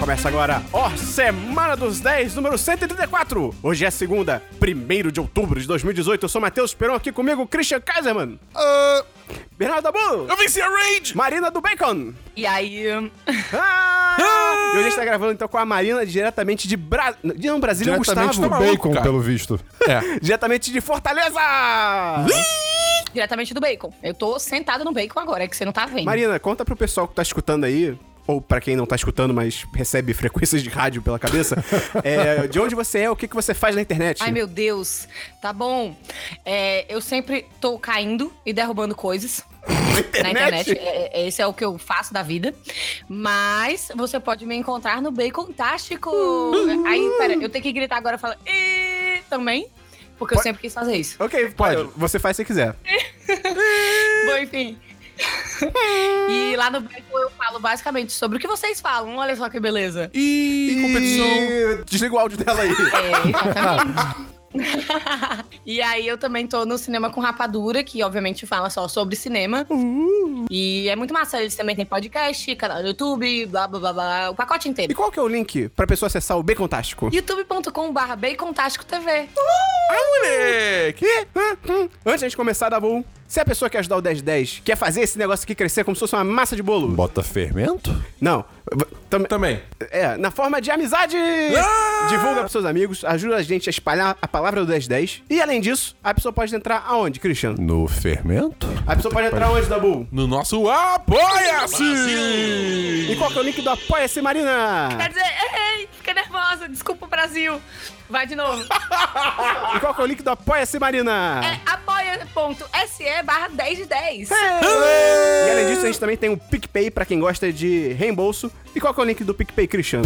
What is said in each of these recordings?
Começa agora, Semana dos 10, número 134. Hoje é segunda, 1º de outubro de 2018. Eu sou Matheus Peron, aqui comigo, Christian Kaiserman. Bernardo Dabu. Eu venci a Raid! Marina do Bacon. E aí... E hoje a gente tá gravando então com a Marina diretamente de Brasília, Diretamente Gustavo. do Bacon, cara. pelo visto. Diretamente de Fortaleza. Diretamente do bacon. Eu tô sentado no bacon agora, é que você não tá vendo. Marina, conta pro pessoal que tá escutando aí, ou pra quem não tá escutando, mas recebe frequências de rádio pela cabeça, de onde você é, o que você faz na internet. Ai, meu Deus. Tá bom. Eu sempre tô caindo e derrubando coisas na internet. Esse é o que eu faço da vida. Mas você pode me encontrar no Bacontástico. Aí, pera, eu tenho que gritar agora e falar... também. Porque eu sempre quis fazer isso. Ok, pode. Você faz se quiser. Bom, enfim. E lá no Bacon eu falo basicamente sobre o que vocês falam. Olha só que beleza. E competição. Desliga o áudio dela aí. Exatamente. E aí eu também tô no Cinema com Rapadura, que obviamente fala só sobre cinema. E é muito massa, eles também têm podcast, canal no YouTube, blá blá blá blá, o pacote E inteiro. qual que é o link pra pessoa acessar o Bacontástico? youtube.com/bacontástico.tv. Moleque! Antes de a gente começar, Dabu, se a pessoa quer ajudar o 1010, quer fazer esse negócio aqui crescer como se fosse uma massa de bolo. Bota fermento? Não. Também. Na forma de amizade. Divulga pros seus amigos, ajuda a gente a espalhar a palavra do 1010. E além disso, a pessoa pode entrar aonde, Christian? No fermento? A pessoa pode entrar aonde, Dabu? No nosso Apoia-se! E qual que é o link do Apoia-se, Marina? Quer dizer, fiquei nervosa, desculpa o Brasil. Vai de novo. E qual que é o link do Apoia-se, Marina? apoia.se/1010. E além disso, a gente também tem o PicPay pra quem gosta de reembolso. E qual que é o link do PicPay, Christian?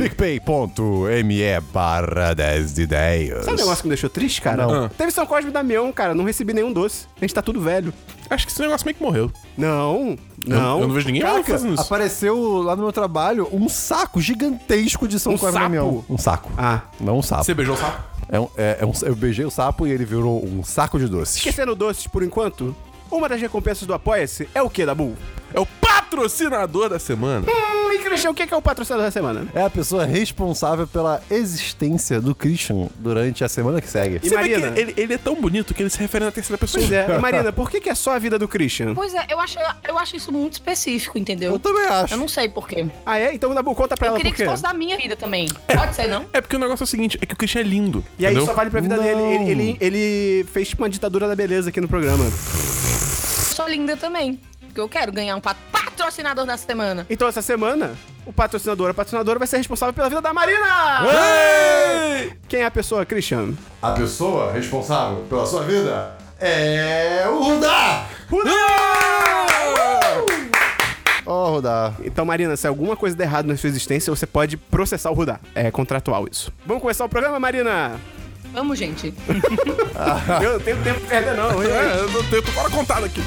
PicPay.me/10de10. Sabe um negócio que me deixou triste, cara? Não. Teve São Cosme e Damião, cara. Não recebi nenhum doce. A gente tá tudo velho. Acho que esse negócio meio que morreu. Não. Eu não vejo ninguém mais Caraca, fazendo isso. apareceu lá no meu trabalho um saco gigantesco de São Um Cosme e sapo? Damião. Um saco. Ah. Não um sapo. Você beijou o sapo? Eu beijei o sapo e ele virou um saco de doces. Esquecendo doces por enquanto, uma das recompensas do Apoia-se é o quê, Dabu? É o patrocinador da semana. E Christian, o que é o patrocinador da semana? É a pessoa responsável pela existência do Christian durante a semana que segue. E Você vê Marina? que ele é tão bonito que ele se refere na terceira pessoa. Pois é. E Marina, por que é só a vida do Christian? Pois é, eu acho isso muito específico, entendeu? Eu também acho. Eu não sei por quê. Ah, é? Então, Dabu, conta pra Eu ela queria por que quê. fosse da minha vida também. Pode ser, não? É porque o negócio é o seguinte, é que o Christian é lindo. E aí entendeu? só vale pra vida Não. dele. Ele fez tipo uma ditadura da beleza aqui no programa. Sou linda também. Porque eu quero ganhar um patrocinador da semana. Então, essa semana, o patrocinador ou a patrocinadora vai ser responsável pela vida da Marina! Ei! Quem é a pessoa, Christian? A pessoa responsável pela sua vida é o Rudá! Ó, Rudá. Então, Marina, se alguma coisa der errado na sua existência, você pode processar o Rudá. É contratual isso. Vamos começar o programa, Marina? Vamos, gente. Eu não tenho tempo pra perder, não. Eu não tenho para contar aqui.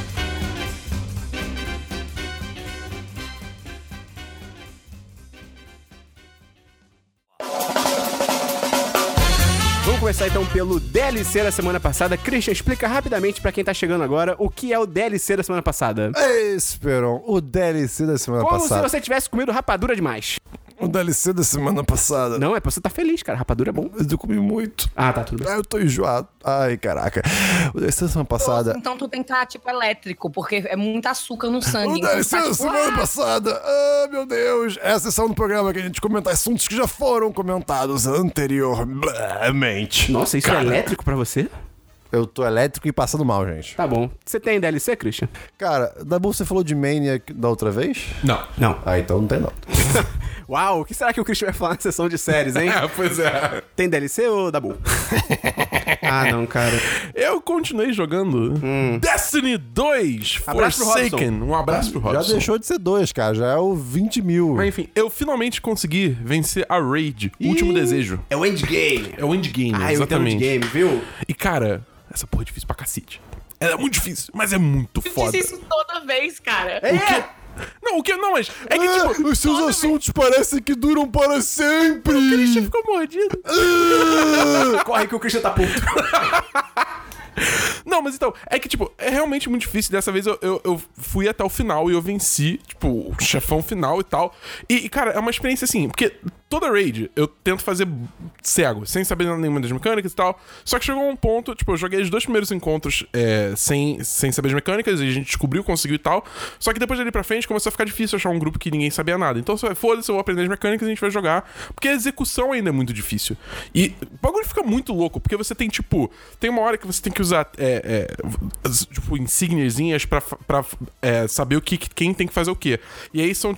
Vamos começar então pelo DLC da semana passada. Christian, explica rapidamente pra quem tá chegando agora o que é o DLC da semana passada. Esperon, o DLC da semana Como passada. se você tivesse comido rapadura demais. O DLC da semana passada. Não, é pra você tá feliz, cara. Rapadura é bom. Mas eu comi muito. Ah, tá, tudo bem. Eu tô enjoado. Ai, caraca. O DLC da semana passada. Então tu tem que estar, tipo, elétrico, porque é muito açúcar no sangue. O Então, DLC tá, da tipo, semana passada. Ah, meu Deus. É a sessão do programa que a gente comenta assuntos que já foram comentados anteriormente. Nossa, isso é elétrico pra você? Eu tô elétrico e passando mal, gente. Tá bom. Você tem DLC, Christian? Cara, Dabu, você falou de Maniac da outra vez? Não. Não. Ah, então não tem não. Uau, o que será que o Christian vai falar na sessão de séries, hein? Pois é. Tem DLC ou Dabu? Ah, não, cara. Eu continuei jogando Destiny 2 Abraço pro Forsaken. Um abraço pro Robson. Já deixou de ser 2, cara. Já é o 20 mil. Mas enfim, eu finalmente consegui vencer a Raid, o último desejo. É o endgame. É o endgame, Ah, eu entendo exatamente. endgame, viu? E cara, essa porra é difícil pra cacete. Ela é muito difícil, mas é muito Eu foda. disse isso toda vez, cara. É. Não, o que? Não, mas é que tipo... Os seus assuntos parecem que duram para sempre. O Christian ficou mordido. Corre que o Christian tá puto. Não, mas então, é que, tipo, é realmente muito difícil. Dessa vez eu fui até o final e eu venci, tipo, o chefão final e tal. E, cara, é uma experiência assim, porque toda raid eu tento fazer cego, sem saber nenhuma das mecânicas e tal. Só que chegou um ponto, tipo, eu joguei os 2 primeiros encontros sem saber as mecânicas, e a gente descobriu, conseguiu e tal. Só que depois dali pra frente começou a ficar difícil achar um grupo que ninguém sabia nada. Então, foda-se, eu vou aprender as mecânicas e a gente vai jogar. Porque a execução ainda é muito difícil. E o bagulho fica muito louco, porque você tem, tipo, tem uma hora que você tem que usar tipo, insígniazinhas pra saber quem tem que fazer o quê. E aí são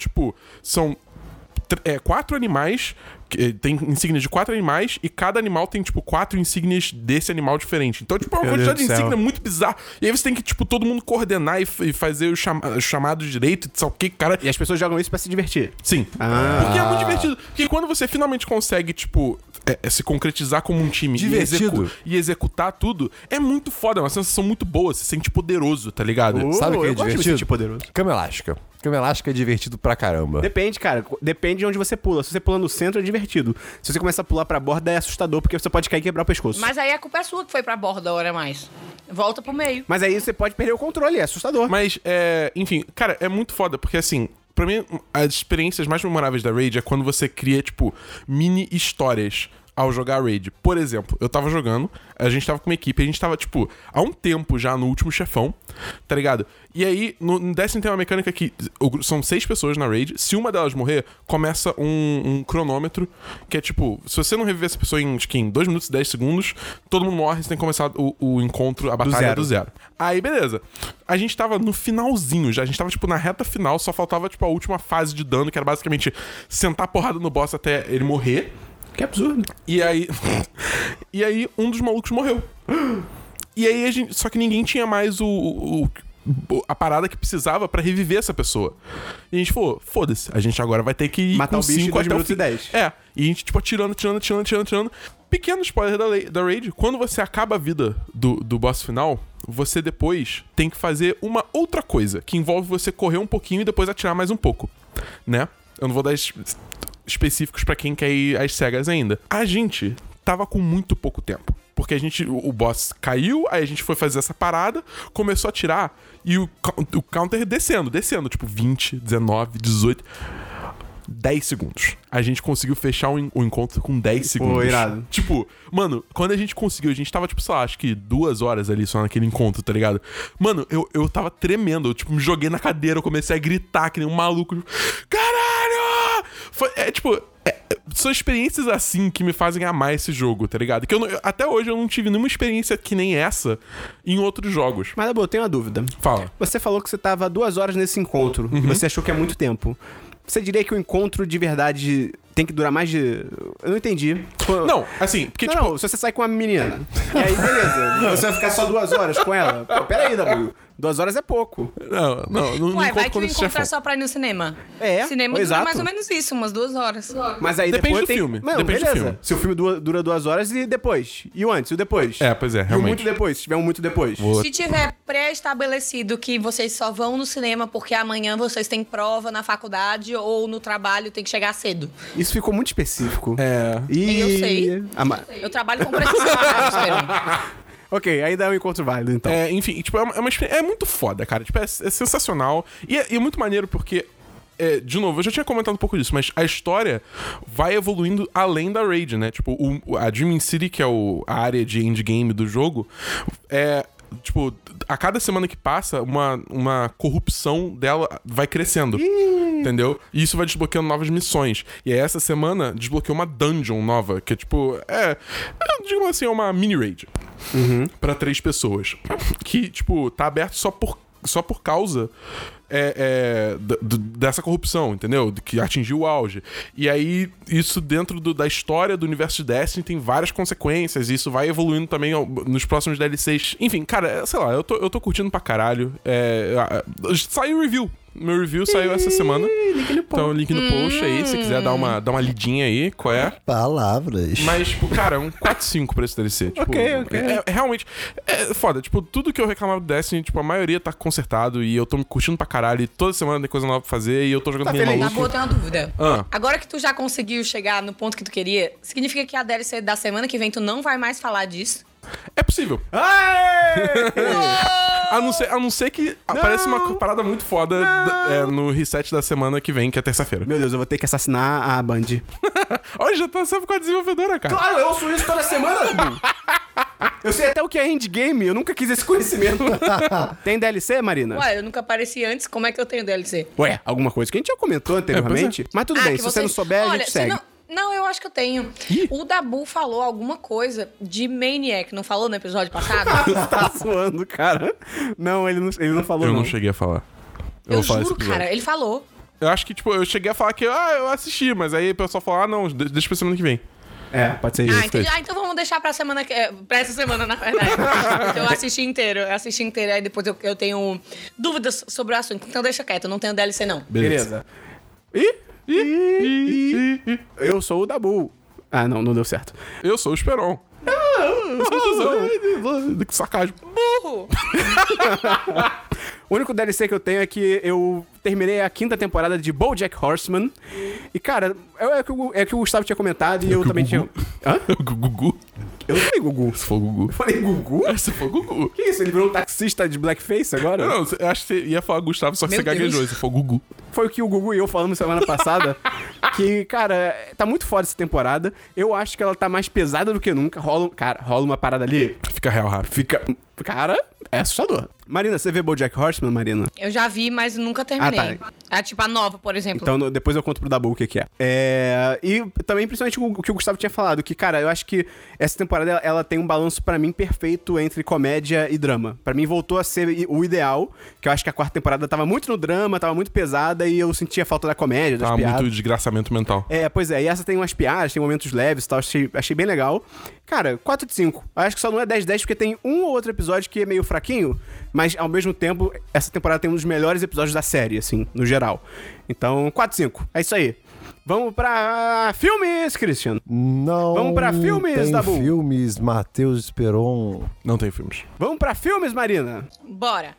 4 animais, tem insígnias de 4 animais, e cada animal tem, tipo, 4 insígnias desse animal diferente. Então, tipo, é uma quantidade de insígnia muito bizarra. E aí você tem que, tipo, todo mundo coordenar e fazer os chamados direito, sabe o que, cara. E as pessoas jogam isso pra se divertir. Sim. Porque é muito divertido. Porque quando você finalmente consegue, tipo, se concretizar como um time e executar tudo, é muito foda, é uma sensação muito boa. Você se sente poderoso, tá ligado? Sabe o que é eu gosto de me divertido? sentir poderoso. Cama elástica. Cama elástica é divertido pra caramba. Depende, cara. Depende de onde você pula. Se você pula no centro, é divertido. Se você começar a pular pra borda, é assustador, porque você pode cair e quebrar o pescoço. Mas aí a culpa é sua que foi pra borda a hora a mais. Volta pro meio. Mas aí você pode perder o controle, é assustador. Mas, enfim, cara, é muito foda, porque assim, pra mim, as experiências mais memoráveis da Raid é quando você cria, tipo, mini histórias ao jogar Raid. Por exemplo, eu tava jogando, a gente tava com uma equipe, a gente tava, tipo, há um tempo já no último chefão, tá ligado? E aí, no décimo tem uma mecânica que são 6 pessoas na Raid, se uma delas morrer, começa um cronômetro, que é tipo, se você não reviver essa pessoa em 2 minutos e 10 segundos, todo mundo morre, você tem que começar o encontro, a batalha do zero. Aí, beleza. A gente tava no finalzinho já, a gente tava, tipo, na reta final, só faltava, tipo, a última fase de dano, que era basicamente sentar a porrada no boss até ele morrer. Que absurdo. E aí um dos malucos morreu. E aí só que ninguém tinha mais a parada que precisava pra reviver essa pessoa. E a gente falou, foda-se, a gente agora vai ter que ir matar com o bicho em 5 2 até o minutos fim. e 10. E a gente, tipo, atirando. Pequeno spoiler da Raid, quando você acaba a vida do boss final, você depois tem que fazer uma outra coisa, que envolve você correr um pouquinho e depois atirar mais um pouco, né? Eu não vou dar específicos pra quem quer ir às cegas ainda. A gente tava com muito pouco tempo. Porque o boss caiu, aí a gente foi fazer essa parada, começou a atirar e o counter descendo, tipo 20, 19, 18... 10 segundos. A gente conseguiu fechar o encontro com 10 segundos. Pô, irado. Tipo, mano, quando a gente conseguiu, a gente tava, tipo, sei lá, acho que 2 horas ali só naquele encontro, tá ligado? Mano, eu tava tremendo. Eu, tipo, me joguei na cadeira, eu comecei a gritar que nem um maluco. Caralho! São experiências assim que me fazem amar esse jogo, tá ligado? Que até hoje eu não tive nenhuma experiência que nem essa em outros jogos. Mas, Dabu, eu tenho uma dúvida. Fala. Você falou que você tava 2 horas nesse encontro e você achou que é muito tempo. Você diria que o encontro de verdade tem que durar mais de... Eu não entendi. Não, assim, porque Não, se você sai com uma menina, e aí beleza, você vai ficar só 2 horas com ela? Pô, peraí, Dabu. 2 horas é pouco. Não Ué, vai que o quando encontro é só pra ir no cinema. Cinema dura exato. mais ou menos isso, umas 2 horas. Mas aí Depende depois do filme. Não, Depende do beleza. filme. Se o filme dura 2 horas e depois? E o antes? E o depois? Pois é, E o realmente. muito depois? Se tiver um muito depois? Se tiver pré-estabelecido que vocês só vão no cinema porque amanhã vocês têm prova na faculdade ou no trabalho, tem que chegar cedo. Isso ficou muito específico. Eu sei. Eu trabalho com precisão. Ok, ainda é um encontro válido, então. Enfim, tipo, é muito foda, cara. Tipo, é sensacional. E é muito maneiro porque... de novo, eu já tinha comentado um pouco disso, mas a história vai evoluindo além da Raid, né? Tipo, a Dreaming City, que é a área de endgame do jogo, tipo, a cada semana que passa, uma corrupção dela vai crescendo. Entendeu? E isso vai desbloqueando novas missões. E aí, essa semana, desbloqueou uma dungeon nova, que é tipo... digamos assim, é uma mini-raid. Pra 3 pessoas. Que, tipo, tá aberto só por causa dessa corrupção, entendeu? Que atingiu o auge. E aí, isso dentro da história do universo de Destiny tem várias consequências, e isso vai evoluindo também nos próximos DLCs. Enfim, cara, sei lá, eu tô curtindo pra caralho. Saiu o review. Meu review saiu essa semana. Então, link no post aí, se quiser dar uma lidinha aí, qual é? Palavras. Mas, tipo, cara, é um 4/5 pra esse DLC. Tipo, Ok. Realmente, foda. Tipo, tudo que eu reclamava do Destiny, tipo, a maioria tá consertado e eu tô me curtindo pra caralho. E toda semana tem coisa nova pra fazer e eu tô jogando bem Na maluco. boa, eu tenho uma dúvida. Ah. Agora que tu já conseguiu chegar no ponto que tu queria, significa que a DLC da semana que vem tu não vai mais falar disso? É possível. A não ser que apareça uma parada muito foda no reset da semana que vem, que é terça-feira. Meu Deus, eu vou ter que assassinar a Band. Olha, já tá sabe com a desenvolvedora, cara. Claro, eu ouço isso toda semana. Eu sei até o que é endgame, eu nunca quis esse conhecimento. Tem DLC, Marina? Ué, eu nunca apareci antes, como é que eu tenho DLC? Ué, alguma coisa que a gente já comentou anteriormente. Mas tudo bem, que se você não souber, a gente segue. Não, eu acho que eu tenho. O Dabu falou alguma coisa de Maniac, não falou no episódio passado? Tá zoando, cara. Não, ele não falou, Eu não. não cheguei a falar. Eu vou falar esse juro, episódio. cara, ele falou. Eu acho que, tipo, eu cheguei a falar que eu assisti, mas aí o pessoal falou, não, deixa pra semana que vem. É, pode ser isso. Entendi. Então vamos deixar pra semana pra essa semana, na verdade. Então eu assisti inteiro, aí depois eu tenho dúvidas sobre o assunto. Então deixa quieto, eu não tenho DLC não. Beleza. Eu sou o Dabu. Ah, não deu certo. Eu sou o Esperon. Que sacagem. Burro! O único DLC que eu tenho é que eu terminei a 5ª temporada de BoJack Horseman. E, cara, é que o Gustavo tinha comentado e eu também tinha... Hã? Gugu. Eu não falei Gugu. Você foi o Gugu. Eu falei Gugu? Você foi o Gugu. Que isso? Ele virou um taxista de blackface agora? Não, eu acho que você ia falar Gustavo, só que Meu você gaguejou. Deus. Você foi o Gugu. Foi o que o Gugu e eu falamos semana passada. Que, cara, tá muito foda essa temporada. Eu acho que ela tá mais pesada do que nunca. Rola uma parada ali. Fica real rápido. Cara, é assustador. Marina, você vê BoJack Horseman, Marina? Eu já vi, mas nunca terminei. Ah, É tipo a nova, por exemplo. Então depois eu conto pro Dabu o que é. E também, principalmente, o que o Gustavo tinha falado, que, cara, eu acho que essa temporada ela tem um balanço pra mim perfeito entre comédia e drama. Pra mim voltou a ser o ideal, que eu acho que a 4ª temporada tava muito no drama, tava muito pesada e eu sentia falta da comédia, das Tá piadas. muito desgraçamento mental. Pois é, e essa tem umas piadas, tem momentos leves e tal, achei bem legal. Cara, 4 de 5. Acho que só não é 10/10 porque tem um ou outro episódio que é meio fraquinho, mas ao mesmo tempo, essa temporada tem um dos melhores episódios da série, assim, no geral. Então, 4 de 5. É isso aí. Vamos pra filmes, Christian. Não. Vamos pra filmes, tem Dabu? filmes, Matheus Esperon. Não tem filmes. Vamos pra filmes, Marina. Bora.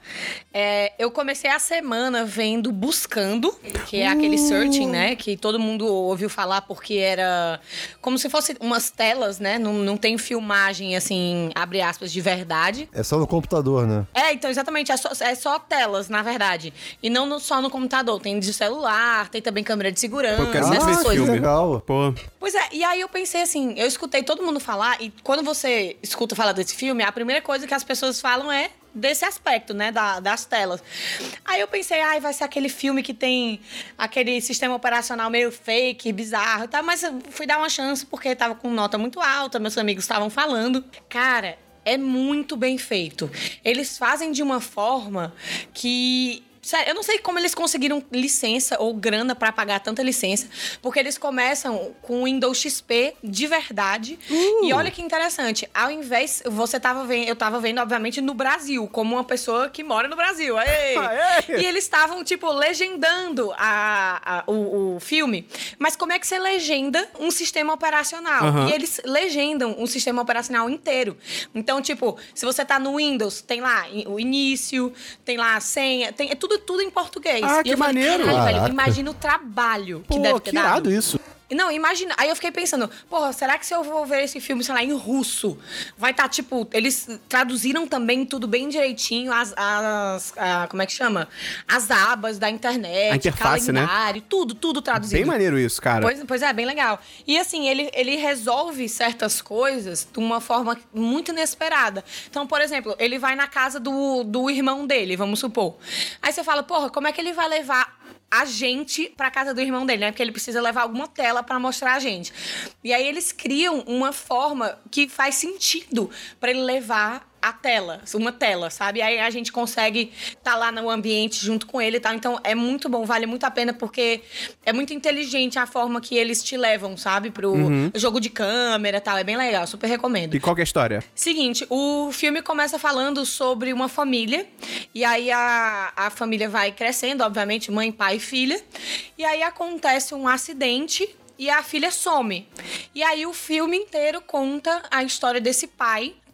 Eu comecei a semana vendo Buscando, que é aquele searching, né? Que todo mundo ouviu falar porque era como se fosse umas telas, né? Não tem filmagem, assim, abre aspas, de verdade. É só no computador, né? Então, exatamente. É só telas, na verdade. E não só no computador. Tem de celular, tem também câmera de segurança. Pô, eu quero muito ver essas esse coisas. filme. Legal. Pô, Pois é, e aí eu pensei assim, eu escutei todo mundo falar, e quando você escuta falar desse filme, a primeira coisa que as pessoas falam é desse aspecto, né, das telas. Aí eu pensei, vai ser aquele filme que tem aquele sistema operacional meio fake, bizarro e tal, mas eu fui dar uma chance porque tava com nota muito alta, meus amigos estavam falando. Cara, é muito bem feito. Eles fazem de uma forma que... Sério, eu não sei como eles conseguiram licença ou grana pra pagar tanta licença, porque eles começam com o Windows XP de verdade. E olha que interessante, ao invés, eu tava vendo, obviamente, no Brasil, como uma pessoa que mora no Brasil. Aê! E eles estavam, tipo, legendando o filme. Mas como é que você legenda um sistema operacional? E eles legendam um sistema operacional inteiro. Então, tipo, se você tá no Windows, tem lá o início, tem lá a senha, é tudo em português. Ah, E que eu falei, maneiro. caralho, velho, Caraca. imagina o trabalho que pô, deve ter que dado. irado isso. Não, imagina. Aí eu fiquei pensando, porra, será que se eu vou ver esse filme, sei lá, em russo, vai estar, tipo, eles traduziram também tudo bem direitinho, como é que chama? As abas da internet, A interface, calendário, tudo traduzido. Bem maneiro isso, cara. Pois é, bem legal. E assim, ele resolve certas coisas de uma forma muito inesperada. Então, por exemplo, ele vai na casa do irmão dele, vamos supor. Aí você fala, porra, como é que ele vai levar a gente pra casa do irmão dele, né? Porque ele precisa levar alguma tela pra mostrar a gente. E aí eles criam uma forma que faz sentido pra ele levar uma tela, sabe? Aí a gente consegue estar lá no ambiente junto com ele e tal. Então é muito bom, vale muito a pena, porque é muito inteligente a forma que eles te levam, sabe? Pro jogo de câmera e tal. É bem legal, super recomendo. E qual que é a história? Seguinte, o filme começa falando sobre uma família, e aí a família vai crescendo, obviamente, mãe, pai e filha, e aí acontece um acidente e a filha some. E aí o filme inteiro conta a história desse pai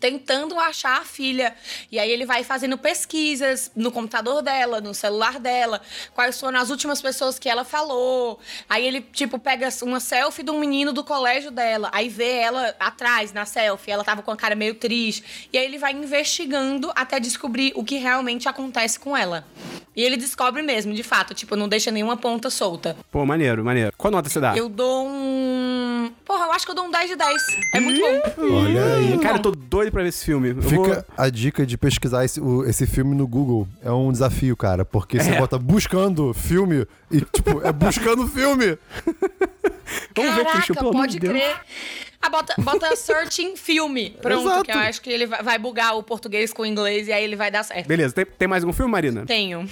tentando achar a filha. E aí ele vai fazendo pesquisas no computador dela, no celular dela, quais foram as últimas pessoas que ela falou. Aí ele, tipo, pega uma selfie de um menino do colégio dela, aí vê ela atrás, na selfie, ela tava com a cara meio triste. E aí ele vai investigando até descobrir o que realmente acontece com ela. E ele descobre mesmo, de fato, tipo, não deixa nenhuma ponta solta. Pô, maneiro. Qual nota você dá? Eu dou um... Porra, eu acho que eu dou um 10 de 10. É muito bom. Olha aí. Cara, eu tô doido pra ver esse filme. Fica a dica de pesquisar esse filme no Google. É um desafio, cara, porque você bota buscando filme e, tipo, é buscando filme. Vamos ver, Christian, pelo amor de pode Deus. crer. Bota searching filme. Pronto, Exato. que eu acho que ele vai bugar o português com o inglês e aí ele vai dar certo. Beleza, tem mais algum filme, Marina? Tenho.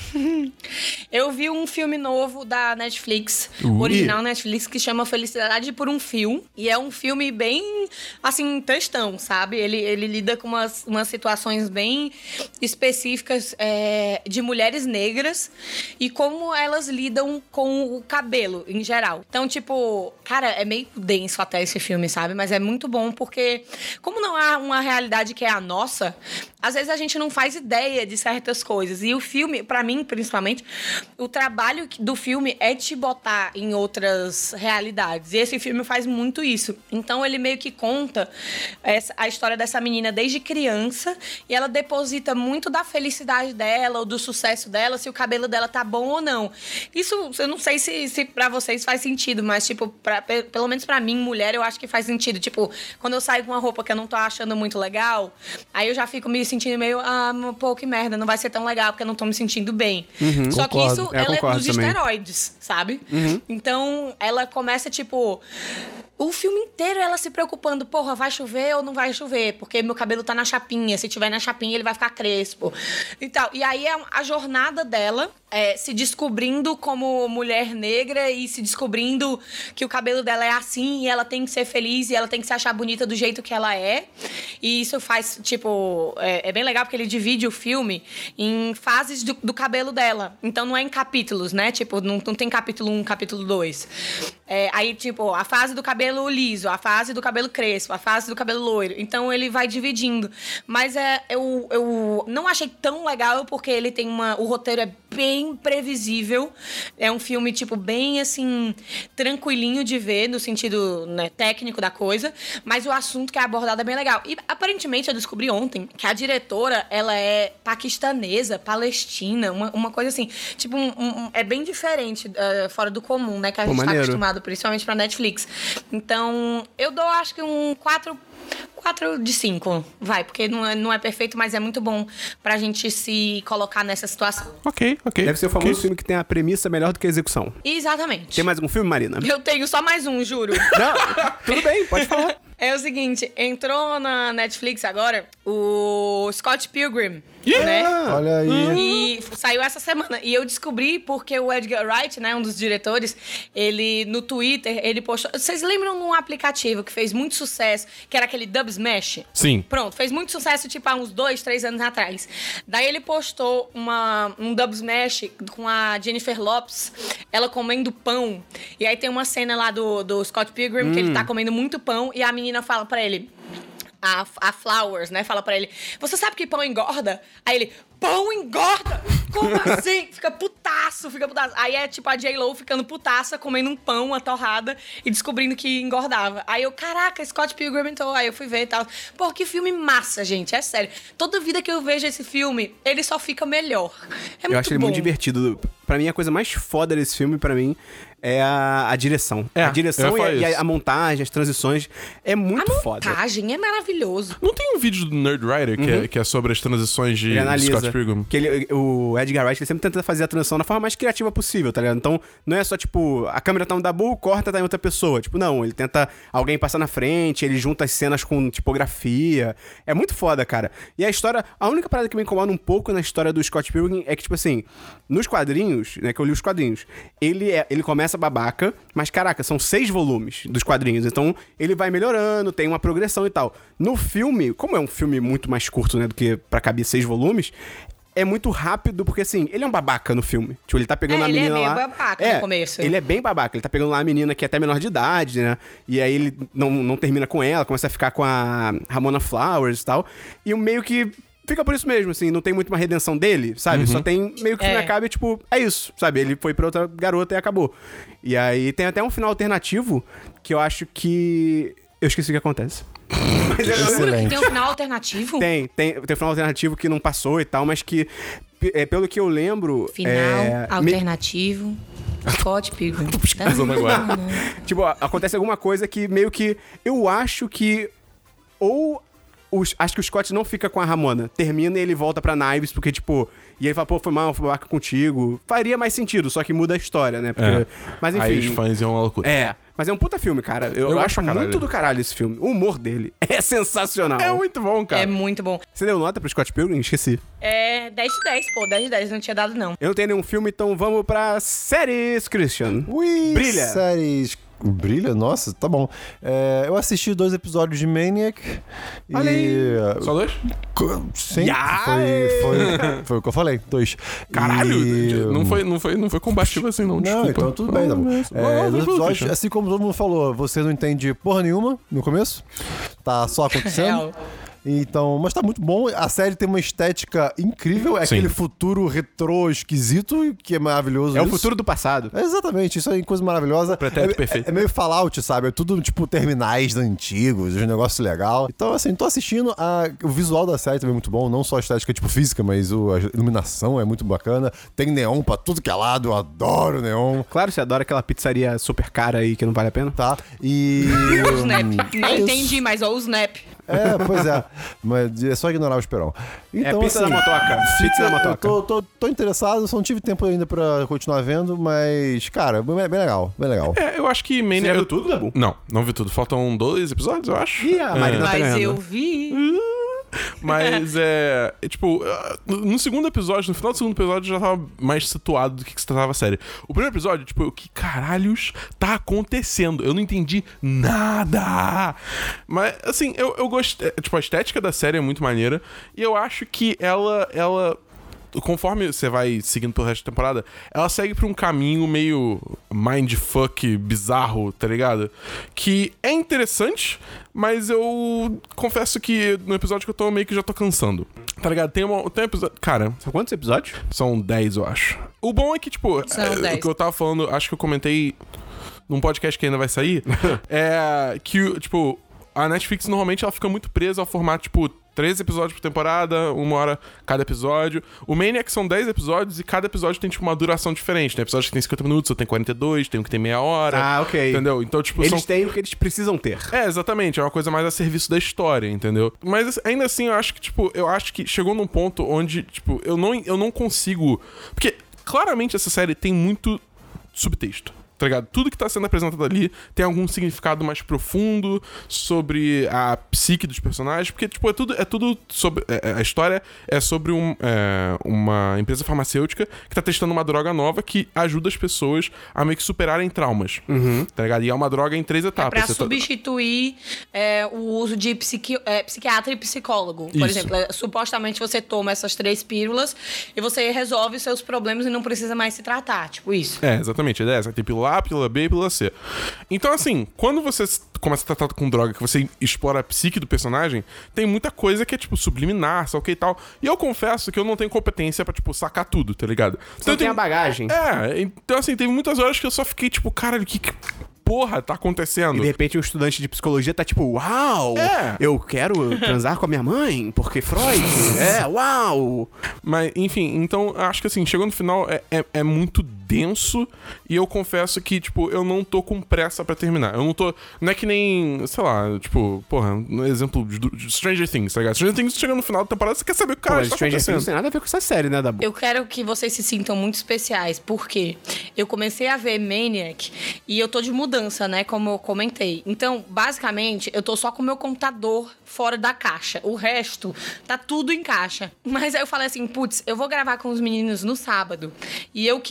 Eu vi um filme novo da Netflix, original Netflix, que chama Felicidade por um Fio. E é um filme bem, assim, textão, sabe? Ele lida com umas situações bem específicas de mulheres negras e como elas lidam com o cabelo, em geral. Então, tipo, cara, é meio denso até esse filme, sabe? Mas é muito bom porque, como não há uma realidade que é a nossa, às vezes a gente não faz ideia de certas coisas. E o filme, pra mim, principalmente, o trabalho do filme é te botar em outras realidades. E esse filme faz muito isso. Então, ele meio que conta a história dessa menina desde criança e ela deposita muito da felicidade dela ou do sucesso dela, se o cabelo dela tá bom ou não. Isso, eu não sei se pra vocês faz sentido, mas, tipo, pelo menos pra mim, mulher, eu acho que faz sentido. Tipo, quando eu saio com uma roupa que eu não tô achando muito legal, aí eu já fico me sentindo meio, pô, que merda, não vai ser tão legal porque eu não tô me sentindo bem. Só que isso, ela é dos também. esteroides, sabe? Então, ela começa, tipo... O filme inteiro ela se preocupando, porra, vai chover ou não vai chover? Porque meu cabelo tá na chapinha, se tiver na chapinha ele vai ficar crespo e tal. E aí a jornada dela se descobrindo como mulher negra e se descobrindo que o cabelo dela é assim e ela tem que ser feliz e ela tem que se achar bonita do jeito que ela é. E isso faz, tipo... É bem legal porque ele divide o filme em fases do cabelo dela. Então não é em capítulos, né? Tipo, não tem capítulo 1, capítulo 2. Aí, tipo, a fase do cabelo liso, a fase do cabelo crespo, a fase do cabelo loiro. Então ele vai dividindo. Mas eu não achei tão legal porque ele tem o roteiro é bem previsível. É um filme, tipo, bem, assim, tranquilinho de ver, no sentido, né, técnico da coisa. Mas o assunto que é abordado é bem legal. E, aparentemente, eu descobri ontem que a diretora, ela é paquistanesa, palestina, uma coisa assim. Tipo, é bem diferente, fora do comum, né? Que a gente tá acostumado, principalmente pra Netflix. Então, eu dou, acho que um 4 de 5, vai, porque não é perfeito, mas é muito bom pra gente se colocar nessa situação. Ok. Deve ser o famoso filme que tem a premissa melhor do que a execução. Exatamente. Tem mais algum filme, Marina? Eu tenho só mais um, juro. Não, tudo bem, pode falar. É o seguinte, entrou na Netflix agora o Scott Pilgrim, né? Olha aí. E saiu essa semana. E eu descobri porque o Edgar Wright, né, um dos diretores, ele, no Twitter, ele postou... Vocês lembram de um aplicativo que fez muito sucesso, que era aquele Dub Smash? Sim. Pronto, fez muito sucesso, tipo, há uns 2, 3 anos atrás. Daí ele postou um Dub Smash com a Jennifer Lopez, ela comendo pão. E aí tem uma cena lá do Scott Pilgrim, que ele tá comendo muito pão, e a menina fala pra ele... A Flowers, né? Fala pra ele, você sabe que pão engorda? Aí ele, pão engorda? Como assim? Fica putaço. Aí é tipo a J-Lo ficando putaça, comendo um pão, uma torrada e descobrindo que engordava. Aí eu, caraca, Scott Pilgrim entrou. Aí eu fui ver e tal. Pô, que filme massa, gente. É sério. Toda vida que eu vejo esse filme, ele só fica melhor. É muito bom. Eu acho ele muito divertido. Pra mim, a coisa mais foda desse filme, pra mim, é a direção. A direção e a montagem, as transições. É muito foda. A montagem é maravilhoso. Não tem um vídeo do Nerd Writer que é sobre as transições de Scott Pilgrim? Que o Edgar Wright ele sempre tenta fazer a transição da forma mais criativa possível, tá ligado? Então, não é só, tipo, a câmera tá no Dabu, corta, tá em outra pessoa. Tipo, não, ele tenta alguém passar na frente, ele junta as cenas com tipografia. É muito foda, cara. E a história... A única parada que me incomoda um pouco na história do Scott Pilgrim é que, tipo assim, nos quadrinhos, né, que eu li os quadrinhos, ele começa babaca, mas, caraca, são 6 volumes dos quadrinhos. Então, ele vai melhorando, tem uma progressão e tal. No filme, como é um filme muito mais curto, né, do que pra caber 6 volumes... é muito rápido, porque assim, ele é um babaca no filme. Tipo, ele tá pegando a menina lá... Ele é meio babaca no começo. Ele é bem babaca. Ele tá pegando lá a menina que é até menor de idade, né? E aí ele não termina com ela, começa a ficar com a Ramona Flowers e tal. E o meio que... Fica por isso mesmo, assim, não tem muito uma redenção dele, sabe? Só tem meio que o filme acaba e, tipo, é isso, sabe? Ele foi pra outra garota e acabou. E aí tem até um final alternativo que eu acho que... Eu esqueci o que acontece. Mas Excelente. Tem um final alternativo? Tem um final alternativo que não passou e tal, mas que, pelo que eu lembro... Final alternativo. Scott Pilgrim. Tô pesquisando agora. Tipo, acontece alguma coisa que meio que... Eu acho que... Ou... Acho que o Scott não fica com a Ramona. Termina e ele volta pra Knives, porque, tipo... E ele fala, pô, foi mal, fui babaca contigo. Faria mais sentido, só que muda a história, né? Porque, mas enfim... Aí os fãs iam uma loucura. Mas é um puta filme, cara. Eu acho muito do caralho esse filme. O humor dele é sensacional. É muito bom, cara. É muito bom. Você deu nota pro Scott Pilgrim? Esqueci. 10 de 10, pô. 10 de 10. Não tinha dado, não. Eu não tenho nenhum filme, então vamos pra séries, Christian. Ui, Brilha. séries. Brilha? Nossa, tá bom. Eu assisti 2 episódios de Maniac. Olha aí. Só 2? Sim, foi o que eu falei, 2. Caralho! Não foi combativo assim, não. Não, Desculpa. então tudo bem, tá bom. Dos episódios, assim como todo mundo falou, você não entende porra nenhuma no começo. Tá só acontecendo. Real. Então, mas tá muito bom. A série tem uma estética incrível. É Sim. aquele futuro retrô esquisito, que é maravilhoso. É o isso. futuro do passado. Exatamente, isso é coisa maravilhosa. Pretérito perfeito. É meio Fallout, sabe? É tudo, tipo, terminais antigos, um negócio legal. Então, assim, tô assistindo. O visual da série também é muito bom. Não só a estética, tipo, física, mas a iluminação é muito bacana. Tem neon pra tudo que é lado. Eu adoro neon. Claro, você adora aquela pizzaria super cara aí que não vale a pena. Tá? E... O Snap. Nem isso. entendi, mas ó, o Snap. Pois é. Mas é só ignorar o Esperão. Então, pizza assim, da motoca. Pizza da motoca. Eu tô interessado, só não tive tempo ainda pra continuar vendo, mas, cara, bem legal, bem legal. Eu acho que Você Maniac... já viu tudo, Dabu? Não vi tudo. Faltam 2 episódios, eu acho. Ih, a Marina tá Mas ganhando. eu vi. Mas tipo, no segundo episódio, no final do segundo episódio, eu já tava mais situado do que se tratava a série. O primeiro episódio, tipo, o que caralhos tá acontecendo? Eu não entendi nada. Mas, assim, eu gostei. Tipo, a estética da série é muito maneira. E eu acho que ela conforme você vai seguindo pelo resto da temporada, ela segue pra um caminho meio mindfuck, bizarro, tá ligado? Que é interessante, mas eu confesso que no episódio que eu tô meio que já tô cansando. Tá ligado? Tem um episódio... Cara, São quantos episódios? são 10, eu acho. O bom é que, tipo, São 10. o que eu tava falando, acho que eu comentei num podcast que ainda vai sair, é que, tipo, a Netflix normalmente ela fica muito presa ao formato, tipo, 13 episódios por temporada, 1 hora cada episódio. O Maniac são 10 episódios e cada episódio tem, tipo, uma duração diferente. Tem episódio que tem 50 minutos, outro tem 42, tem um que tem meia hora. Ah, ok. Entendeu? Então, tipo, Eles têm o que eles precisam ter. exatamente. É uma coisa mais a serviço da história, entendeu? Mas ainda assim, eu acho que chegou num ponto onde, tipo, eu não consigo... Porque, claramente, essa série tem muito subtexto. Tá ligado? Tudo que tá sendo apresentado ali tem algum significado mais profundo sobre a psique dos personagens, porque, tipo, é tudo sobre... a história é sobre uma empresa farmacêutica que tá testando uma droga nova que ajuda as pessoas a meio que superarem traumas. Tá ligado? E é uma droga em 3 etapas. Pra substituir o uso de psiquiatra e psicólogo. Por Isso. exemplo, supostamente você toma essas 3 pílulas e você resolve os seus problemas e não precisa mais se tratar. Tipo isso. Exatamente. A ideia é essa. Tem pílula A, pílula B e pílula C. Então, assim, quando você começa a tratar com droga, que você explora a psique do personagem, tem muita coisa que é, tipo, subliminar, sabe o que e tal. E eu confesso que eu não tenho competência pra, tipo, sacar tudo, tá ligado? Você não tem a bagagem. Então, assim, teve muitas horas que eu só fiquei, tipo, caralho, que porra tá acontecendo? E de repente um estudante de psicologia tá tipo, uau, eu quero transar com a minha mãe, porque Freud, uau. Mas, enfim, então, acho que assim, chegou no final, é muito denso, e eu confesso que, tipo, eu não tô com pressa pra terminar. Eu não tô, não é que nem, sei lá, tipo, porra, um exemplo de Stranger Things, tá ligado? Stranger Things chega no final da temporada, você quer saber o que cara tá Stranger acontecendo. Things não tem nada a ver com essa série, né, Dabu? Eu quero que vocês se sintam muito especiais, porque eu comecei a ver Maniac e eu tô de mudança, né, como eu comentei. Então, basicamente, eu tô só com o meu computador fora da caixa. O resto tá tudo em caixa. Mas aí eu falei assim, putz, eu vou gravar com os meninos no sábado. E eu queria, tipo,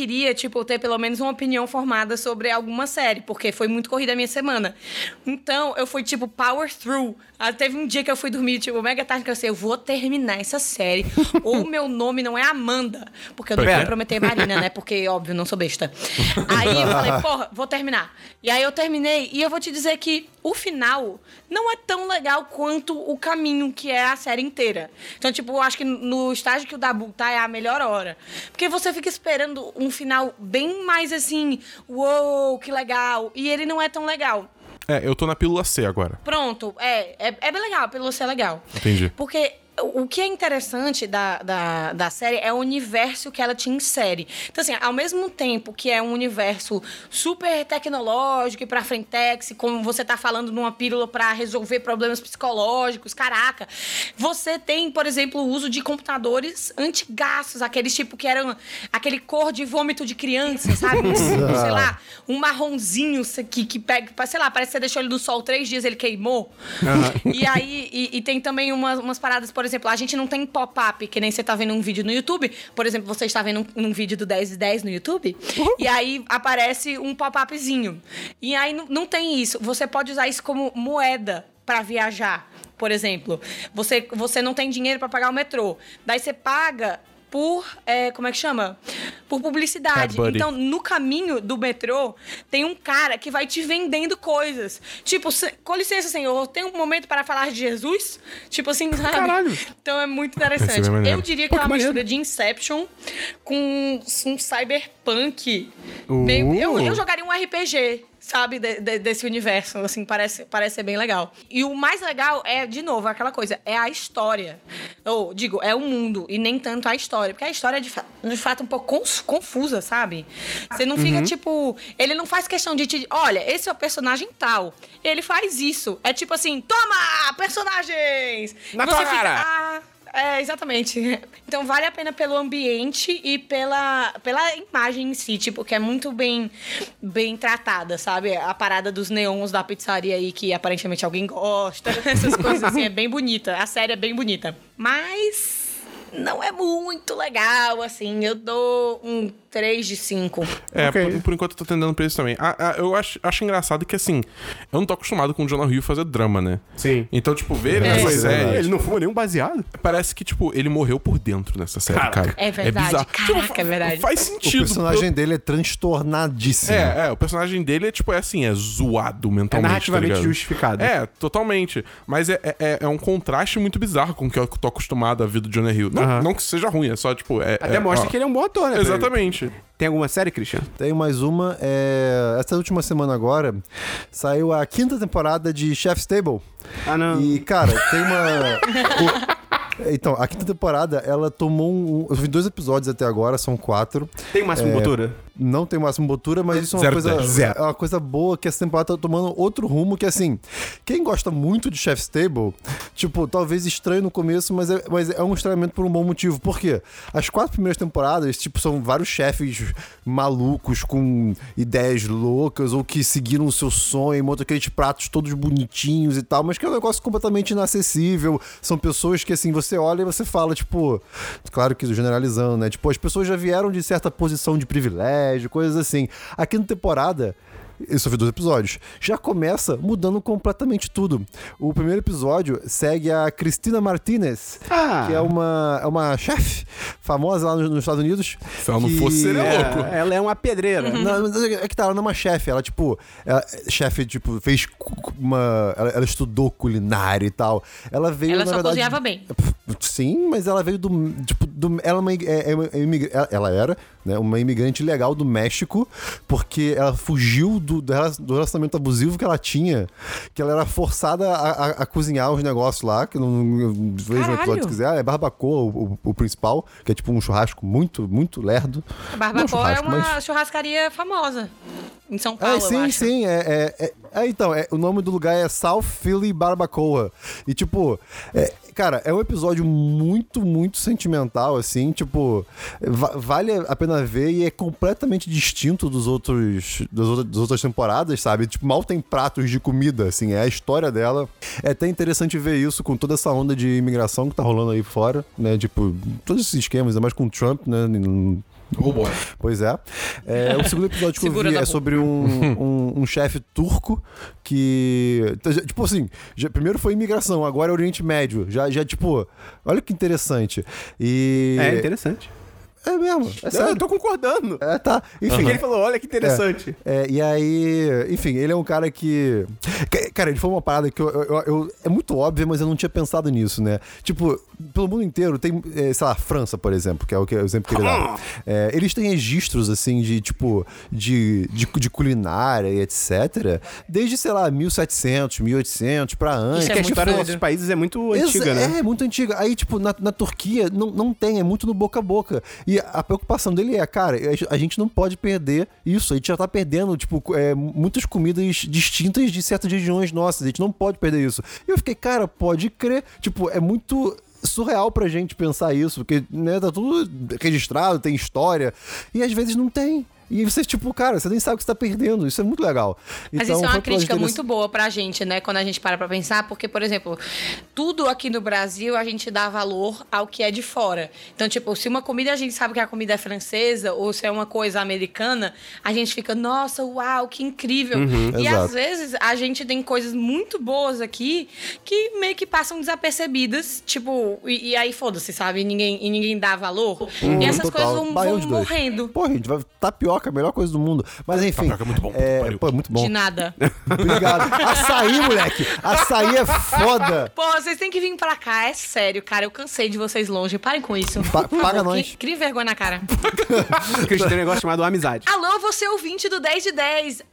tipo, ter pelo menos uma opinião formada sobre alguma série, porque foi muito corrida a minha semana. Então, eu fui, tipo, power through. Teve um dia que eu fui dormir, tipo, mega tarde, que eu sei, eu vou terminar essa série. Ou meu nome não é Amanda, porque eu não vou prometer Marina, né? Porque, óbvio, não sou besta. Aí eu falei, porra, vou terminar. E aí eu terminei, e eu vou te dizer que o final não é tão legal quanto o caminho, que é a série inteira. Então, tipo, eu acho que no estágio que o Dabu tá é a melhor hora. Porque você fica esperando um final bem mais assim, uou, que legal. E ele não é tão legal. Eu tô na pílula C agora. Pronto, é bem legal, a pílula C é legal. Entendi. Porque o que é interessante da série é o universo que ela te insere. Então, assim, ao mesmo tempo que é um universo super tecnológico e pra frentex, como você tá falando numa pílula pra resolver problemas psicológicos, caraca, você tem, por exemplo, o uso de computadores antigaços, aqueles tipo que eram aquele cor de vômito de criança, sabe? Sei lá, um marronzinho que pega, sei lá, parece que você deixou ele no sol 3 dias, ele queimou. E aí, e tem também umas paradas, por exemplo, a gente não tem pop-up, que nem você tá vendo um vídeo no YouTube. Por exemplo, você está vendo um vídeo do 10 no YouTube, e aí aparece um pop-upzinho. E aí não tem isso. Você pode usar isso como moeda para viajar, por exemplo. Você não tem dinheiro para pagar o metrô. Daí você paga por, como é que chama? Por publicidade. Então, no caminho do metrô, tem um cara que vai te vendendo coisas. Tipo, com licença, senhor, tem um momento para falar de Jesus? Tipo assim, sabe? Caralho. Então, é muito interessante. Eu diria que é uma mistura de Inception com um cyberpunk. Eu jogaria um RPG, sabe, desse universo, assim, parece ser bem legal. E o mais legal é, de novo, aquela coisa, é a história. Ou, digo, é o mundo, e nem tanto a história. Porque a história é, de fato, um pouco confusa, sabe? Você não fica, tipo... Ele não faz questão de te... Olha, esse é o personagem tal. Ele faz isso. É tipo assim, toma, personagens! Na tua cara! Exatamente. Então vale a pena pelo ambiente e pela imagem em si, tipo, que é muito bem tratada, sabe? A parada dos neons da pizzaria aí, que aparentemente alguém gosta, essas coisas assim, é bem bonita. A série é bem bonita. Mas não é muito legal, assim. Eu dou um 3 de 5. Por enquanto eu tô tendendo pra isso também. Eu acho engraçado que, assim, eu não tô acostumado com o Jonah Hill fazer drama, né? Sim. Então, tipo, ver essa série... Ele não fuma nenhum baseado? Parece que, tipo, ele morreu por dentro nessa série, cara. É verdade. Bizarro. Caraca, tipo, é verdade. Faz sentido. O personagem dele é transtornadíssimo. O personagem dele é zoado mentalmente. É narrativamente tá justificado. Totalmente. Mas é um contraste muito bizarro com o que eu tô acostumado a ver do Jonah Hill. Não que seja ruim, é só, tipo... Até mostra que ele é um bom ator, né? Exatamente. Tem alguma série, Christian? Tenho mais uma. Essa última semana agora, saiu a 5ª temporada de Chef's Table. Ah, não. E, cara, tem uma... Então, a 5ª temporada, ela tomou eu vi 2 episódios até agora, são 4. Tem o Máximo Botura? Não tem o Máximo Botura, mas isso é uma coisa boa, que essa temporada tá tomando outro rumo, que assim, quem gosta muito de Chef's Table, tipo, talvez estranho no começo, mas é um estranhamento por um bom motivo. Por quê? As 4 primeiras temporadas, tipo, são vários chefes malucos com ideias loucas, ou que seguiram o seu sonho, montam aqueles pratos todos bonitinhos e tal, mas que é um negócio completamente inacessível. São pessoas que, assim, você olha e você fala, tipo, claro que generalizando, né? Tipo, as pessoas já vieram de certa posição de privilégio, coisas assim. A 5ª temporada, eu só vi 2 episódios, já começa mudando completamente tudo. O primeiro episódio segue a Cristina Martinez, que é uma chefe famosa lá nos Estados Unidos. Se ela não fosse, seria louco. Ela é uma pedreira. Não, é que tá, ela não é uma chefe. Ela, tipo, fez ela estudou culinária e tal. Ela veio, ela na só verdade, cozinhava bem. Sim, mas ela veio ela era, né, uma imigrante legal do México, porque ela fugiu do relacionamento abusivo que ela tinha, que ela era forçada a cozinhar os negócios lá, que não vejo um episódio se quiser. É barbacoa, o principal, que é tipo um churrasco muito, muito lerdo. A barbacoa é uma churrascaria famosa em São Paulo, eu acho. Sim. Então, o nome do lugar é South Philly Barbacoa. E, tipo, cara, é um episódio muito, muito sentimental, assim, tipo, vale a pena ver e é completamente distinto das outras temporadas, sabe? Tipo, mal tem pratos de comida, assim, é a história dela. É até interessante ver isso com toda essa onda de imigração que tá rolando aí fora, né? Tipo, todos esses esquemas, ainda mais com o Trump, né? Oh boy. Pois é. O segundo episódio que eu Segura vi da é sobre um chefe turco que... Tipo assim, primeiro foi imigração, agora é Oriente Médio. Já tipo... Olha que interessante. E... É interessante. É mesmo, é sério. Eu tô concordando. Tá. Enfim, Porque ele falou, olha que interessante. E aí, enfim, ele é um cara que... Cara, ele foi uma parada que é muito óbvia, mas eu não tinha pensado nisso, né? Tipo, pelo mundo inteiro tem, sei lá, França, por exemplo, que é o exemplo que ele dá. Eles têm registros, assim, de, tipo, de culinária e etc. Desde, sei lá, 1700, 1800 pra antes. Isso é Porque a muito história doido. desses países é muito antiga, né? É muito antiga. Aí, tipo, na Turquia não tem, é muito no boca a boca. E a preocupação dele é, cara, a gente não pode perder isso. A gente já tá perdendo, tipo, muitas comidas distintas de certas regiões nossas. A gente não pode perder isso. E eu fiquei, cara, pode crer. Tipo, é muito surreal pra gente pensar isso, porque, né, tá tudo registrado, tem história. E às vezes não tem. E você, tipo, cara, você nem sabe o que você tá perdendo. Isso é muito legal. Mas Então, isso é foi uma um crítica episódio muito boa pra gente, né? Quando a gente para pra pensar, porque, por exemplo, tudo aqui no Brasil a gente dá valor ao que é de fora. Então, tipo, se uma comida a gente sabe que a comida é francesa ou se é uma coisa americana, a gente fica, nossa, uau, que incrível. E exato. às vezes a gente tem coisas muito boas aqui que meio que passam desapercebidas, tipo, e aí foda-se, sabe? E ninguém dá valor. E essas total. coisas Baião vão de dois. morrendo. Pô, gente, tapioca, a melhor coisa do mundo. Mas enfim. Tapioca é muito bom, puta que pariu. Pô, é muito bom. De nada. Obrigado. Açaí, moleque. Açaí é foda. Pô, vocês têm que vir pra cá, é sério, cara. Eu cansei de vocês longe. Parem com isso. Paga nós. Crie vergonha na cara. Porque a gente tem um negócio chamado amizade. Alô, você ouvinte do 10 de 10.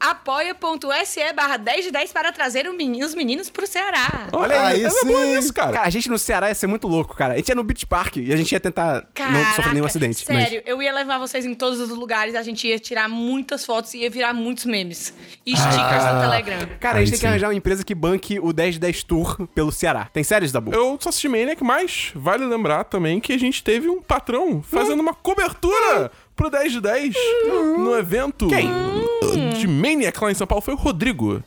Apoia.se/10 de 10 para trazer os meninos pro Ceará. Olha aí, Aí É bom sim. isso, cara. Cara, a gente no Ceará ia ser muito louco, cara. A gente ia no Beach Park e a gente ia tentar não sofrer nenhum acidente. Sério, eu ia levar vocês em todos os lugares, a gente ia tirar muitas fotos e ia virar muitos memes. E stickers no Telegram. Mas, cara, a gente tem que arranjar uma empresa que banque o 10 de 10 Tour pelo Ceará. Tem séries, Dabu? Eu só assisti Maniac, mas vale lembrar também que a gente teve um patrão fazendo uma cobertura pro 10 de 10 no evento de Maniac lá em São Paulo. Foi o Rodrigo.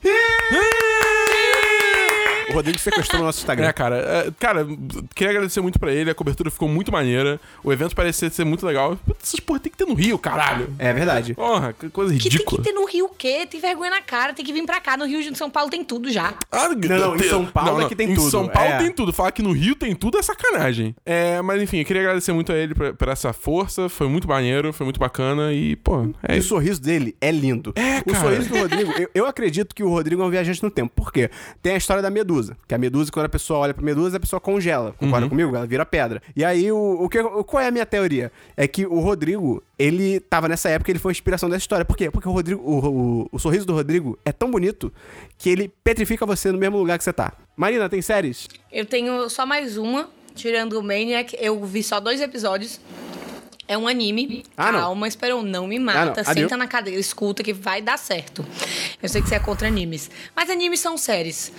O Rodrigo sequestrou o nosso Instagram. Cara, queria agradecer muito pra ele, a cobertura ficou muito maneira, o evento parecia ser muito legal. Essas porra tem que ter no Rio, caralho. É verdade. Porra, que coisa Que tem ridícula. que ter no Rio o quê? Tem vergonha na cara, tem que vir pra cá. No Rio de São Paulo tem tudo já. Não, em São Paulo é que tem tudo. Em São Paulo É. tem tudo. Falar que no Rio tem tudo é sacanagem. Mas enfim, eu queria agradecer muito a ele por essa força. Foi muito maneiro, foi muito bacana e, pô, E o sorriso dele é lindo. O cara. sorriso do Rodrigo, eu acredito que o Rodrigo é um viajante no tempo. Por quê? Tem a história da Medusa. Que a Medusa, quando a pessoa olha pra Medusa, a pessoa congela. Concorda comigo? Ela vira pedra. E aí, qual é a minha teoria? É que o Rodrigo, ele tava nessa época, ele foi a inspiração dessa história. Por quê? Porque o Rodrigo, o sorriso do Rodrigo é tão bonito que ele petrifica você no mesmo lugar que você tá. Marina, tem séries? Eu tenho só mais uma, tirando o Maniac. Eu vi só 2 episódios. É um anime. Não. Calma, Esperon, não me mata. Adeus. Senta na cadeira, escuta que vai dar certo. Eu sei que você é contra animes. Mas animes são séries.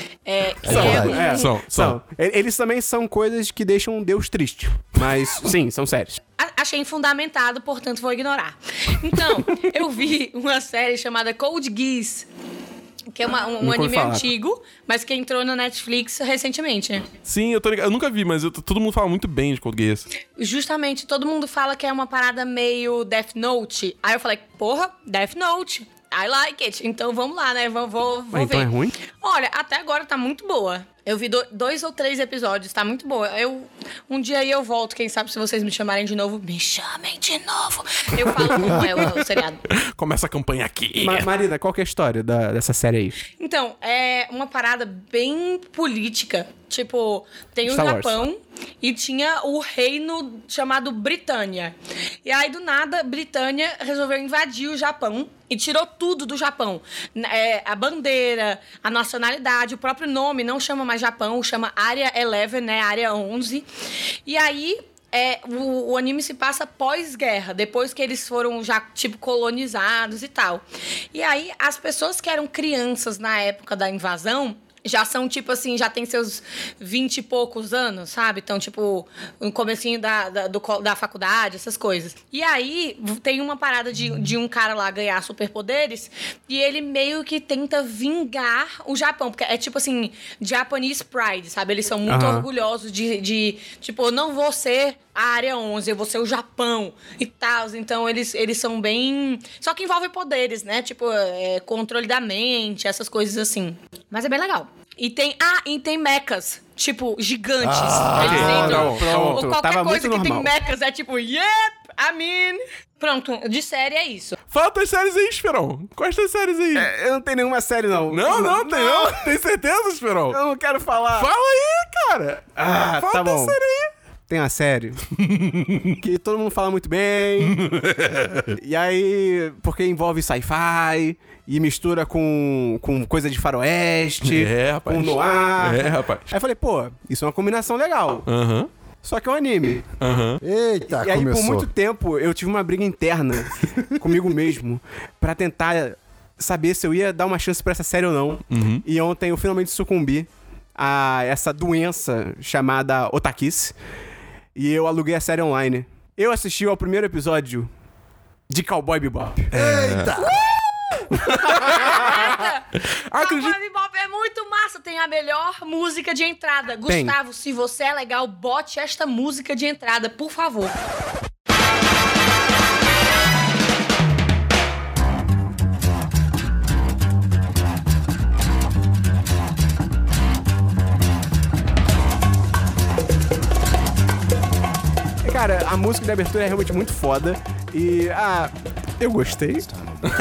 São. Eles também são coisas que deixam um Deus triste. Mas, sim, são séries. Achei infundamentado, portanto vou ignorar. Então, eu vi uma série chamada Code Geass, que é um Nunca ouvi anime falar. antigo, mas que entrou na Netflix recentemente. Sim, eu tô ligado. Eu nunca vi, mas todo mundo fala muito bem de Code Geass. Justamente, todo mundo fala que é uma parada meio Death Note. Aí eu falei, porra, Death Note. I like it. Então vamos lá, né? Vou Mas então ver. é ruim? Olha, até agora tá muito boa. Eu vi 2 ou 3 episódios, tá muito boa. Um dia aí eu volto, quem sabe se vocês me chamarem de novo, me chamem de novo. Eu falo como é o seriado. Começa a campanha aqui. Marina, qual que é a história dessa série aí? Então, é uma parada bem política. Tipo, tem o Star Wars. Japão e tinha o reino chamado Britânia. E aí, do nada, Britânia resolveu invadir o Japão e tirou tudo do Japão. A bandeira, a nacionalidade, o próprio nome não chama mais Japão, chama Área 11, né? Área 11. E aí... o anime se passa pós-guerra, depois que eles foram já, tipo, colonizados e tal. E aí, as pessoas que eram crianças na época da invasão já são, tipo assim, já tem seus 20 e poucos anos, sabe? Então, tipo, no comecinho da faculdade, essas coisas. E aí, tem uma parada de um cara lá ganhar superpoderes e ele meio que tenta vingar o Japão. Porque é, tipo assim, Japanese Pride, sabe? Eles são muito orgulhosos de tipo, eu não vou ser a Área 11, eu vou ser o Japão e tal. Então, eles são bem... Só que envolve poderes, né? Tipo, controle da mente, essas coisas assim. Mas é bem legal. E tem mechas, tipo, gigantes. Eles entram... Pronto. Ou qualquer Tava coisa muito que normal. tem mechas é tipo, yep, I mean... Pronto, de série é isso. Fala tuas séries aí, Esperon. Quais tuas séries aí? Eu não tenho nenhuma série, não. Não, tem não. Tem certeza, Esperon? Eu não quero falar. Fala aí, cara. Ah, Fala tá tua bom. série aí. Tem uma série que todo mundo fala muito bem. E aí, porque envolve sci-fi e mistura com coisa de faroeste, rapaz. com noir. Rapaz. Aí eu falei, pô, isso é uma combinação legal. Aham. Só que é um anime. Eita, E aí, começou. por muito tempo, eu tive uma briga interna comigo mesmo pra tentar saber se eu ia dar uma chance pra essa série ou não. E ontem eu finalmente sucumbi a essa doença chamada otakice. E eu aluguei a série online. Eu assisti ao primeiro episódio de Cowboy Bebop. Eita! Acredito. Cowboy Bebop é muito massa, tem a melhor música de entrada. Gustavo, se você é legal, bote esta música de entrada, por favor. Cara, a música de abertura é realmente muito foda. E, eu gostei. Yes!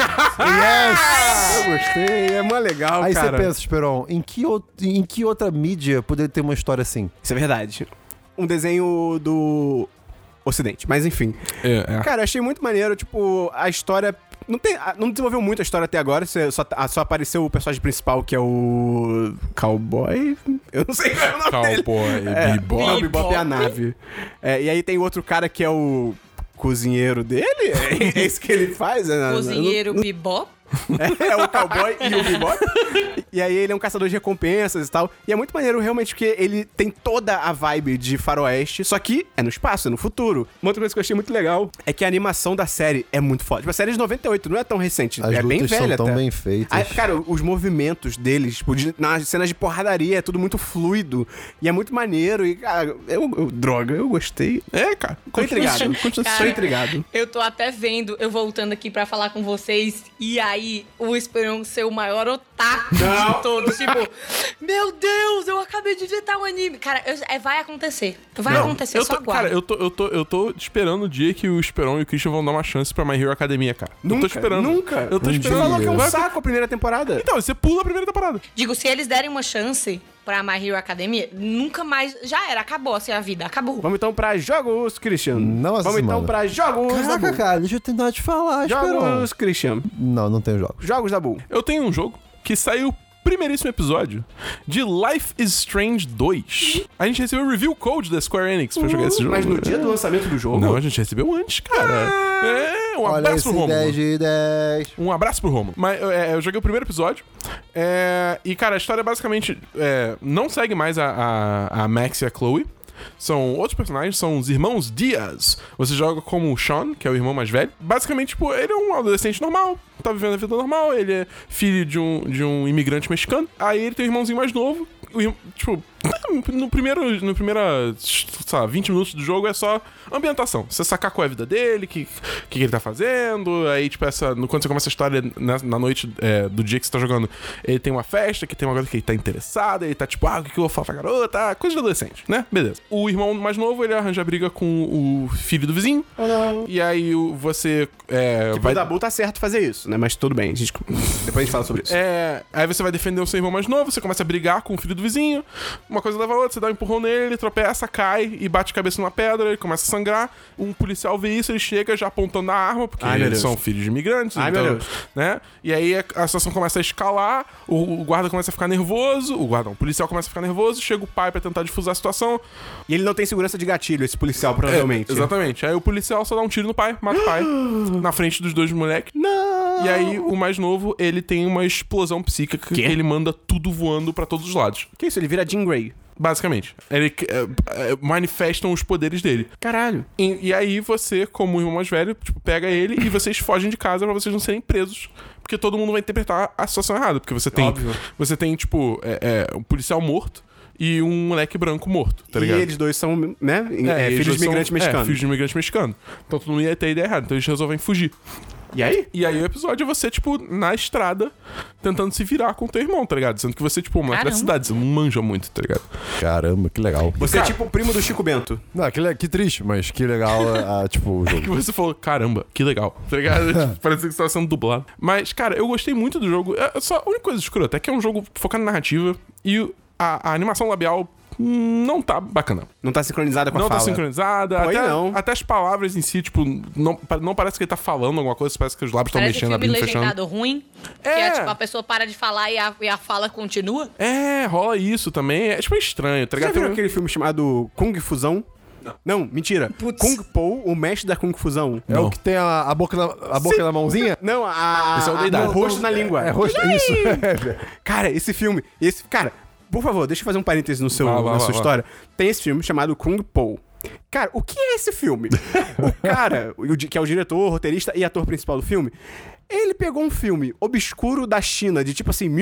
Eu gostei, é mó legal, Aí cara. você pensa, Esperon, em que outra mídia poderia ter uma história assim? Isso é verdade. Um desenho do Ocidente, mas enfim. Cara, eu achei muito maneiro, tipo, a história... Não desenvolveu muito a história até agora, só apareceu o personagem principal, que é o... Cowboy? Eu não sei qual é o nome dele. Cowboy, Bebop. Não, Bebop é a nave. E aí tem outro cara que é o cozinheiro dele? É isso que ele faz? Cozinheiro Bebop. É o cowboy e o bebop. E aí ele é um caçador de recompensas e tal. E é muito maneiro realmente porque ele tem toda a vibe de faroeste, só que é no espaço, é no futuro. Uma outra coisa que eu achei muito legal é que a animação da série é muito foda. Tipo, a série é de 98, não é tão recente, As é bem lutas velha são tão até. bem feitas. Aí, cara, os movimentos deles, tipo, nas cenas de porradaria, é tudo muito fluido. E é muito maneiro. E, cara, eu gostei. Cara. Tô intrigado. Cara, Tô intrigado. Eu tô até vendo, eu voltando aqui pra falar com vocês, e aí o Esperon ser o maior otaku de todos. Tipo, meu Deus, eu acabei de digitar um anime. Cara, vai acontecer. Vai acontecer, só aguarda. Cara, eu tô esperando o dia que o Esperon e o Christian vão dar uma chance pra My Hero Academia, cara. Eu tô esperando. Nunca. Eu tô Um Você esperando. falou que é um Vai- saco a primeira temporada. Então, você pula a primeira temporada. Digo, se eles derem uma chance pra My Hero Academia, nunca mais... Já era, acabou assim a vida, acabou. Vamos então pra jogos, Christian. Não essa Vamos então semana. pra jogos da Caraca, Bull. cara, deixa eu tentar te falar, Esperon. Jogos, Christian. Não tenho jogos. Jogos da Bull. Eu tenho um jogo que saiu primeiríssimo episódio de Life is Strange 2. A gente recebeu o review code da Square Enix pra jogar esse jogo. Mas no dia do lançamento do jogo... Não, a gente recebeu antes, cara. Um Olha abraço esse pro Romulo. 10 de 10. Um abraço pro Romulo. Mas eu joguei o primeiro episódio. E, cara, a história basicamente não segue mais a Max e a Chloe. São outros personagens, são os irmãos Diaz. Você joga como o Sean, que é o irmão mais velho. Basicamente, tipo, ele é um adolescente normal, tá vivendo a vida normal, ele é filho de um imigrante mexicano. Aí ele tem um irmãozinho mais novo. Tipo, no primeira, sei lá, 20 minutos do jogo é só ambientação. Você sacar qual é a vida dele, o que ele tá fazendo. Aí, tipo, quando você começa a história na noite do dia que você tá jogando, ele tem uma festa, que tem uma coisa que ele tá interessado, ele tá tipo, o que eu vou falar pra garota? Coisa de adolescente, né? Beleza. O irmão mais novo, ele arranja briga com o filho do vizinho. Oh, não. E aí você Tipo, o Dabu tá certo fazer isso, né? Mas tudo bem, depois a gente fala sobre isso. Aí você vai defender o seu irmão mais novo, você começa a brigar com o filho do vizinho, uma coisa leva a outra, você dá um empurrão nele, ele tropeça, cai e bate a cabeça numa pedra, ele começa a sangrar, um policial vê isso, ele chega já apontando a arma, porque Ai, meu eles Deus. são filhos de imigrantes, Ai, então, meu Deus. né? E aí a situação começa a escalar, o guarda começa a ficar nervoso, o policial começa a ficar nervoso, chega o pai pra tentar difusar a situação. E ele não tem segurança de gatilho, esse policial, provavelmente. Exatamente. Aí o policial só dá um tiro no pai, mata o pai, na frente dos dois moleques. Não! E aí, o mais novo, ele tem uma explosão psíquica que ele manda tudo voando pra todos os lados. Que isso? Ele vira Jean Grey. Basicamente. Ele manifestam os poderes dele. Caralho. E aí você, como irmão mais velho, tipo, pega ele e vocês fogem de casa pra vocês não serem presos. Porque todo mundo vai interpretar a situação errada. Porque você tem, Óbvio. você tem tipo, um policial morto e um moleque branco morto, tá E ligado? eles dois são, né? Eles filhos dois de imigrante são- mexicano. filhos de imigrante mexicano. Então todo mundo ia ter a ideia errada. Então eles resolvem fugir. E aí? E aí o episódio é você, tipo, na estrada, tentando se virar com o teu irmão, tá ligado? Sendo que você, tipo, um moleque da Caramba. cidade, você não manja muito, tá ligado? Caramba, que legal. Você Cara- é tipo o primo do Chico Bento. Não, que triste, mas que legal, tipo, o Que jogo. você falou, caramba, que legal, tá ligado? Tipo, parecia que você tava sendo dublado. Mas, cara, eu gostei muito do jogo. Só a única coisa escrota é que é um jogo focado na narrativa e a animação labial não tá bacana. Não tá sincronizada com a Não fala. tá sincronizada. Pô, aí Até, não. até as palavras em si, tipo, não parece que ele tá falando alguma coisa, parece que os lábios estão Parece mexendo, filme abrindo e fechando. legendado ruim. Que é tipo, a pessoa para de falar e a fala continua. É, rola isso também. É tipo estranho, tá Você já ligado? viu Tem- aquele filme chamado Kung Fusão? Não, mentira. Putz. Kung Po, o mestre da Kung Fusão. É o que tem a boca na mãozinha? Não, Esse é o deidado. o rosto na língua. É rosto, isso. Cara, esse filme... Cara, por favor, deixa eu fazer um parêntese no seu, Vai, na sua vai. história. Tem esse filme chamado Kung Po. Cara, o que é esse filme? O cara, que é o diretor, roteirista e ator principal do filme, ele pegou um filme obscuro da China, de tipo assim,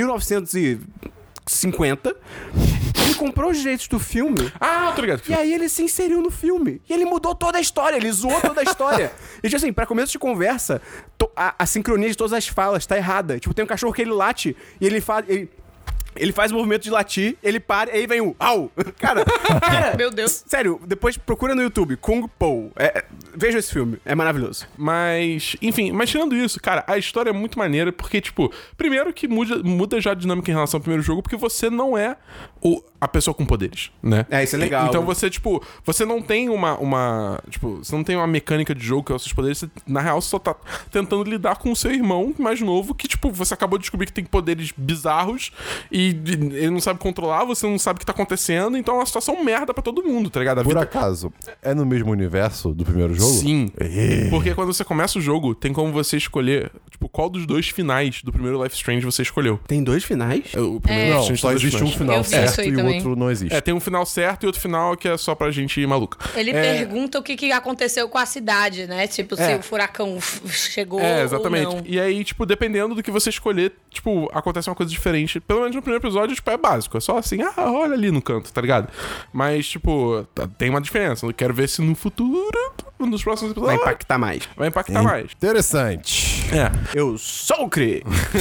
1950, ele comprou os direitos do filme... Ah, tô ligado. E aí ele se inseriu no filme. E ele mudou toda a história, ele zoou toda a história. E tipo assim, pra começo de conversa, a sincronia de todas as falas tá errada. Tipo, tem um cachorro que ele late e ele faz... Ele faz o movimento de latir, ele para, e aí vem o au! Cara, Meu Deus. sério, depois procura no YouTube, Kung Po. Veja esse filme, é maravilhoso. Mas, enfim, mas tirando isso, cara, a história é muito maneira, porque, tipo, primeiro que muda já a dinâmica em relação ao primeiro jogo, porque você não é a pessoa com poderes, né? É, isso é legal. Então você, tipo, você não tem tipo, você não tem uma mecânica de jogo que é os seus poderes, você, na real, você só tá tentando lidar com o seu irmão mais novo, que, tipo, você acabou de descobrir que tem poderes bizarros e ele não sabe controlar, você não sabe o que tá acontecendo, então é uma situação merda pra todo mundo, tá ligado? A Por vida- acaso, é no mesmo universo do primeiro jogo? Sim. Porque quando você começa o jogo, tem como você escolher, tipo, qual dos dois finais do primeiro Life Strange você escolheu. Tem 2 finais? O primeiro Life Não, Strange só tem dois existe um finais. final Eu vi isso certo aí e o também. outro não existe. É, tem um final certo e outro final que é só pra gente maluca. Ele pergunta o que aconteceu com a cidade, né? Tipo, se o furacão chegou Exatamente. ou não. E aí, tipo, dependendo do que você escolher, tipo, acontece uma coisa diferente. Pelo menos no primeiro episódio, tipo, é básico. É só assim, olha ali no canto, tá ligado? Mas, tipo, tem uma diferença. Eu quero ver se no futuro, nos próximos Vai episódios, impactar mais. vai impactar mais. Interessante. É. Eu sou o Cri.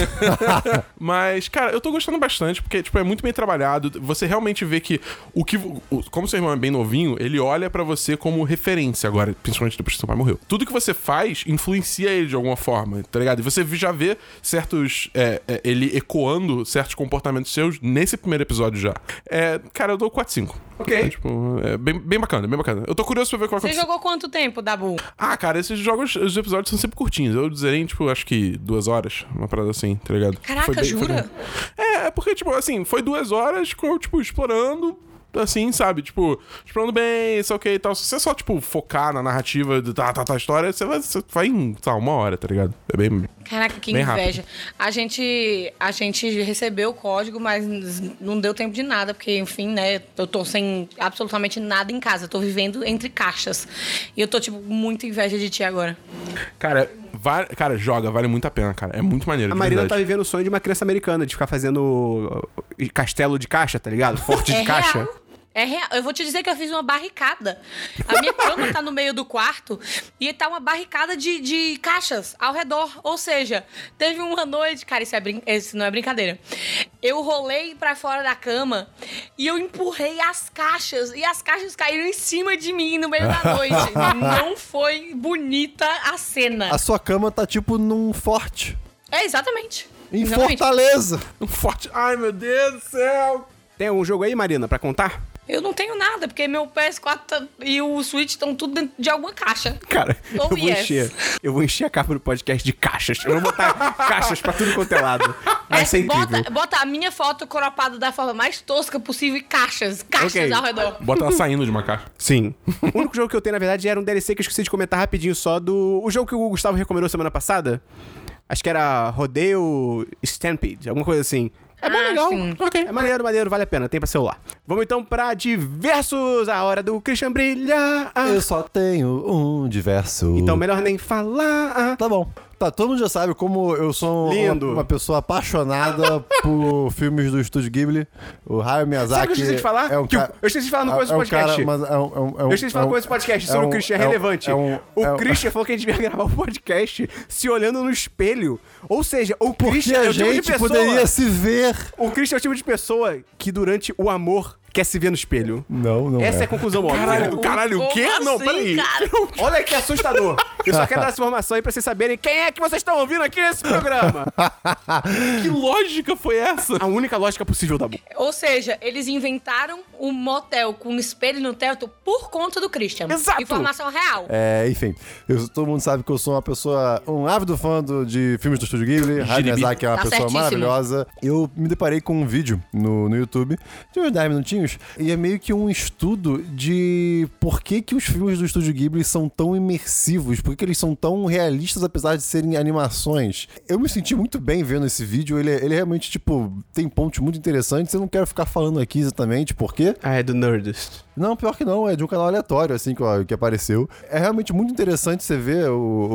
Mas, cara, eu tô gostando bastante, porque, tipo, é muito bem trabalhado. Você realmente vê que como seu irmão é bem novinho, ele olha pra você como referência agora, principalmente depois que seu pai morreu. Tudo que você faz influencia ele de alguma forma, tá ligado? E você já vê certos... ele ecoando certos comportamentos seus nesse primeiro episódio já. Cara, eu dou 4/5. Ok. É, tipo, bem bacana, bem bacana. Eu tô curioso pra ver qual Você acontece. jogou quanto tempo, Dabu? Cara, esses jogos, os episódios são sempre curtinhos. Eu zerei, tipo, acho que 2 horas, uma parada assim, tá ligado? Caraca, jura? É porque, tipo, assim, foi 2 horas com eu, tipo, explorando, assim, sabe? Tipo, explorando bem, isso ok e tal. Se você só, tipo, focar na narrativa da história, você vai em, sei lá, 1 hora, tá ligado? É bem... Caraca, que Bem inveja. A gente recebeu o código, mas não deu tempo de nada, porque, enfim, né, eu tô sem absolutamente nada em casa. Eu tô vivendo entre caixas. E eu tô, tipo, muito inveja de ti agora. Cara, joga, vale muito a pena, cara. É muito maneiro, A de Marina tá verdade. vivendo o sonho de uma criança americana, de ficar fazendo castelo de caixa, tá ligado? Forte de caixa. Real. É real. Eu vou te dizer que eu fiz uma barricada. A minha cama tá no meio do quarto e tá uma barricada de caixas ao redor. Ou seja, teve uma noite... Cara, isso não é brincadeira. Eu rolei pra fora da cama e eu empurrei as caixas. E as caixas caíram em cima de mim no meio da noite. Não foi bonita a cena. A sua cama tá tipo num forte. É, exatamente. Em Exatamente. Fortaleza. Um forte... Ai, meu Deus do céu! Tem algum jogo aí, Marina, pra contar? Eu não tenho nada, porque meu PS4 e o Switch estão tudo dentro de alguma caixa. Cara, Oh, yes. eu vou encher a capa do podcast de caixas. Eu vou botar caixas pra tudo quanto é lado. Vai ser incrível. Bota a minha foto cropada da forma mais tosca possível e caixas Ok. ao redor. Bota ela saindo de uma caixa. Sim. O único jogo que eu tenho, na verdade, era um DLC que eu esqueci de comentar rapidinho só do... O jogo que o Gustavo recomendou semana passada. Acho que era Rodeio Stampede, alguma coisa assim. É bem legal. sim. Ok. É maneiro, vale a pena. Tem pra celular. Vamos então pra diversos. A hora do Christian brilhar. Eu só tenho um diverso. Então melhor nem falar. Tá bom. Tá, todo mundo já sabe como eu sou uma pessoa apaixonada por filmes do Estúdio Ghibli. O Hayao Miyazaki. Sabe o que eu esqueci de falar? Eu esqueci de falar no coisa do podcast. Eu esqueci de falar no coisa do podcast sobre o Christian, é relevante. O Christian falou que a gente devia gravar um podcast se olhando no espelho. Ou seja, o Christian é o tipo de pessoa... poderia se ver. O Christian é o tipo de pessoa que durante o amor quer se ver no espelho. Não Essa é a conclusão óbvia. Caralho, o quê? Como Não, assim, peraí. cara? Olha que assustador. Eu só quero dar essa informação aí pra vocês saberem quem é que vocês estão ouvindo aqui nesse programa. Que lógica foi essa? A única lógica possível da boca. Ou seja, eles inventaram um motel com um espelho no teto por conta do Christian. Exato. Informação real. Enfim, todo mundo sabe que eu sou um ávido fã de filmes do Estúdio Ghibli. Hayao Miyazaki é uma Tá pessoa certíssimo. maravilhosa. Eu me deparei com um vídeo no YouTube de uns 10 minutinhos e é meio que um estudo de por que os filmes do Estúdio Ghibli são tão imersivos, por que eles são tão realistas apesar de serem animações. Eu me senti muito bem vendo esse vídeo, ele realmente, tipo, tem pontos muito interessantes. Eu não quero ficar falando aqui exatamente por quê. Ah, é do Nerdist. Não, pior que não, é de um canal aleatório, assim, que apareceu. É realmente muito interessante você ver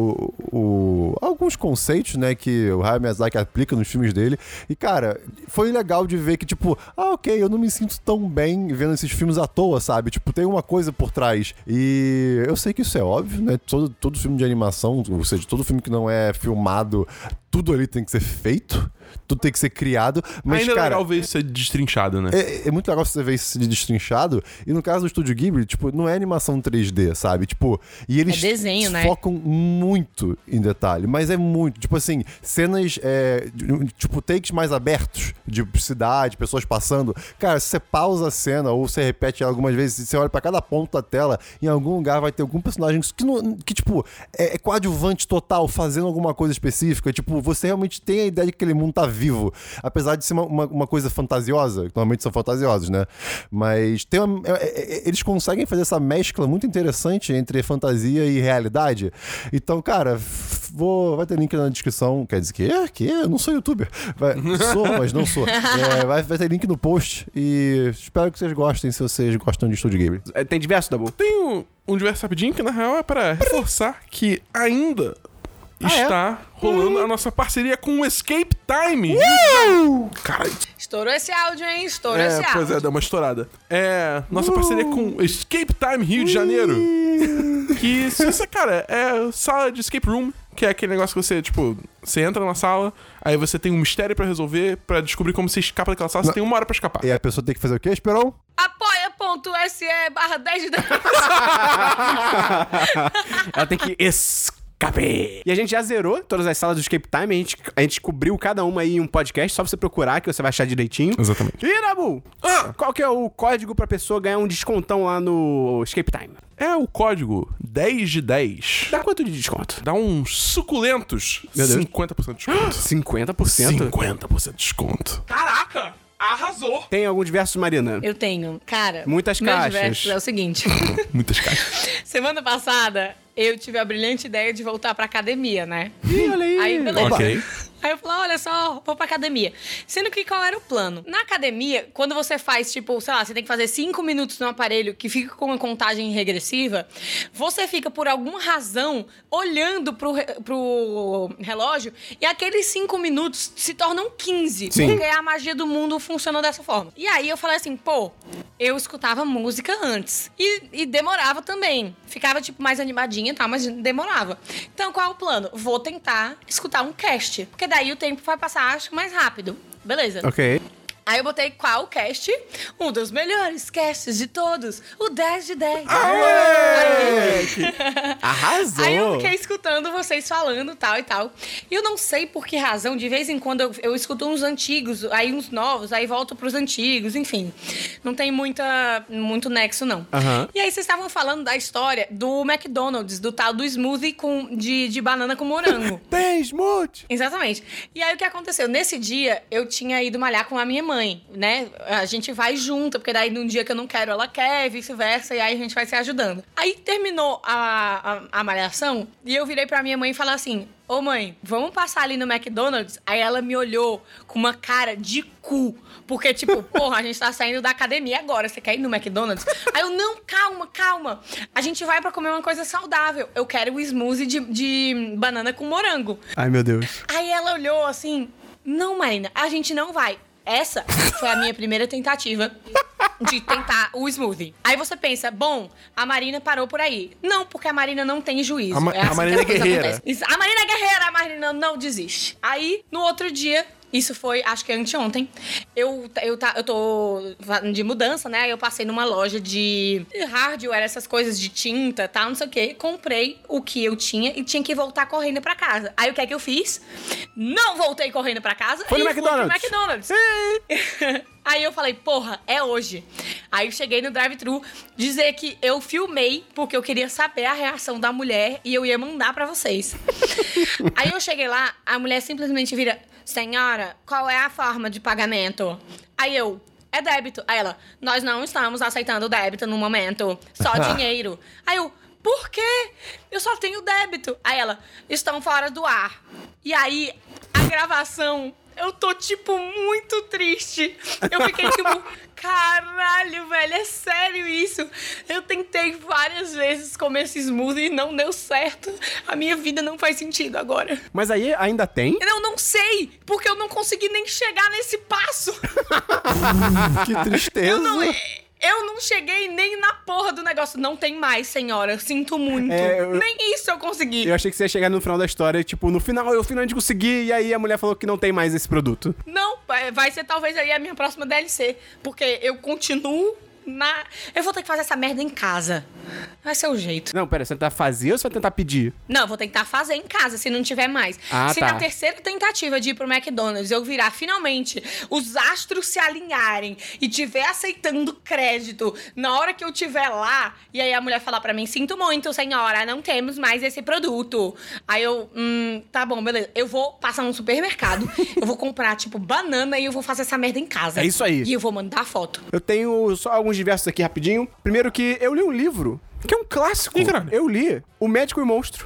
alguns conceitos, né, que o Hayao Miyazaki aplica nos filmes dele. E, cara, foi legal de ver que, tipo, ok, eu não me sinto tão bem vendo esses filmes à toa, sabe? Tipo, tem uma coisa por trás. E eu sei que isso é óbvio, né? Todo filme de animação, ou seja, todo filme que não é filmado, tudo ali tem que ser feito. Tudo tem que ser criado, mas, ainda cara... é legal ver isso destrinchado, né? É muito legal você ver isso destrinchado. E no caso do Estúdio Ghibli, tipo, não é animação 3D, sabe? Tipo, e eles desenho, né? focam muito em detalhe, mas é muito. Tipo assim, cenas, tipo, takes mais abertos de cidade, pessoas passando. Cara, se você pausa a cena ou você repete ela algumas vezes, você olha pra cada ponto da tela, em algum lugar vai ter algum personagem que tipo, é coadjuvante total, fazendo alguma coisa específica. Tipo, você realmente tem a ideia de que aquele mundo tá vivo, apesar de ser uma coisa fantasiosa, que normalmente são fantasiosos, né? Mas eles conseguem fazer essa mescla muito interessante entre fantasia e realidade. Então, cara, vai ter link na descrição. Quer dizer que? Eu não sou youtuber. Sou, mas não sou. Vai ter link no post e espero que vocês gostem, se vocês gostam de Estúdio Ghibli. Tem diverso, Dabu? Tem um diverso rapidinho que, na real, é para reforçar que ainda está rolando a nossa parceria com o Escape Time. Caralho. Estourou esse áudio, hein? Estourou esse áudio. Pois é, deu uma estourada. Nossa parceria com o Escape Time Rio de Janeiro. Que, se você, cara, é sala de escape room, que é aquele negócio que você, tipo, você entra na sala, aí você tem um mistério pra resolver, pra descobrir como você escapa daquela sala, você tem 1 hora pra escapar. E a pessoa tem que fazer o quê, Esperon? Apoia.se/10 de... Ela tem que escape. E a gente já zerou todas as salas do Escape Time. A gente cobriu cada uma aí em um podcast. Só pra você procurar, que você vai achar direitinho. Exatamente. E, Dabu, qual que é o código pra pessoa ganhar um descontão lá no Escape Time? É o código 10 de 10. Dá quanto de desconto? Dá uns suculentos 50% de desconto. 50%? 50% de desconto. Caraca! Arrasou! Tem algum diverso, Marina? Eu tenho. Cara, muitas meu caixas. diverso é o seguinte. Muitas caixas. Semana passada, eu tive a brilhante ideia de voltar pra academia, né? Ih, olha aí. Aí, beleza. Ok. Aí eu falei, olha só, vou pra academia. Sendo que qual era o plano? Na academia, quando você faz, tipo, sei lá, você tem que fazer 5 minutos no aparelho que fica com uma contagem regressiva, você fica, por alguma razão, olhando pro relógio e aqueles 5 minutos se tornam 15. Sim. Porque a magia do mundo funciona dessa forma. E aí eu falei assim, pô, eu escutava música antes. E demorava também. Ficava, tipo, mais animadinha e tal, mas demorava. Então, qual é o plano? Vou tentar escutar um cast. Porque daí o tempo vai passar, acho, mais rápido. Beleza. Ok. Aí eu botei qual cast? Um dos melhores casts de todos. O 10 de 10. Arrasou! Aí eu fiquei escutando vocês falando tal e tal. E eu não sei por que razão, de vez em quando eu escuto uns antigos, aí uns novos, aí volto pros antigos, enfim. Não tem muito nexo, não. Aham. E aí vocês estavam falando da história do McDonald's, do tal do smoothie de banana com morango. Tem smoothie! Exatamente. E aí o que aconteceu? Nesse dia, eu tinha ido malhar com a minha mãe. mãe, né? A gente vai junto, porque daí num dia que eu não quero, ela quer, vice-versa, e aí a gente vai se ajudando. Aí terminou a malhação, e eu virei pra minha mãe e falei assim: ô mãe, vamos passar ali no McDonald's? Aí ela me olhou com uma cara de cu. Porque, tipo, porra, a gente tá saindo da academia agora, você quer ir no McDonald's? Aí eu, não, calma. A gente vai pra comer uma coisa saudável. Eu quero o smoothie de banana com morango. Ai, meu Deus. Aí ela olhou assim: não, Marina, a gente não vai. Essa foi a minha primeira tentativa de tentar o smoothie. Aí você pensa, bom, a Marina parou por aí. Não, porque a Marina não tem juízo. A Marina é guerreira. A Marina é guerreira, a Marina não desiste. Aí, no outro dia, isso foi, acho que anteontem, eu tô de mudança, né? Aí eu passei numa loja de hardware, essas coisas de tinta, tal, não sei o quê. Comprei o que eu tinha e tinha que voltar correndo pra casa. Aí o que é que eu fiz? Não voltei correndo pra casa. Foi no McDonald's. Fui pro McDonald's. Aí eu falei, porra, é hoje. Aí eu cheguei no drive-thru dizer que eu filmei porque eu queria saber a reação da mulher e eu ia mandar pra vocês. Aí eu cheguei lá, a mulher simplesmente vira: senhora, qual é a forma de pagamento? Aí eu: é débito. Aí ela: nós não estamos aceitando débito no momento, só dinheiro. Aí eu: por quê? Eu só tenho débito. Aí ela: estão fora do ar. E aí, a gravação, eu tô, tipo, muito triste. Eu fiquei, tipo, caralho, velho, é sério isso? Eu tentei várias vezes comer esse smoothie e não deu certo. A minha vida não faz sentido agora. Mas aí ainda tem? Eu não sei, porque eu não consegui nem chegar nesse passo. Que tristeza. Eu não cheguei nem na porra do negócio. Não tem mais, senhora. Eu sinto muito. Nem isso eu consegui. Eu achei que você ia chegar no final da história, tipo, no final eu finalmente consegui, e aí a mulher falou que não tem mais esse produto. Não, vai ser talvez aí a minha próxima DLC. Porque eu continuo eu vou ter que fazer essa merda em casa. Vai ser o jeito. Não, pera, você vai tentar fazer ou você vai tentar pedir? Não, eu vou tentar fazer em casa, se não tiver mais. Se na terceira tentativa de ir pro McDonald's eu virar finalmente, os astros se alinharem e tiver aceitando crédito na hora que eu tiver lá, e aí a mulher falar pra mim: sinto muito, senhora, não temos mais esse produto. Aí eu, tá bom, beleza. Eu vou passar num supermercado, eu vou comprar, tipo, banana e eu vou fazer essa merda em casa. É isso aí. E eu vou mandar foto. Eu tenho só alguns diversos aqui rapidinho. Primeiro que eu li um livro que é um clássico. Ih, caralho. Eu li O Médico e o Monstro.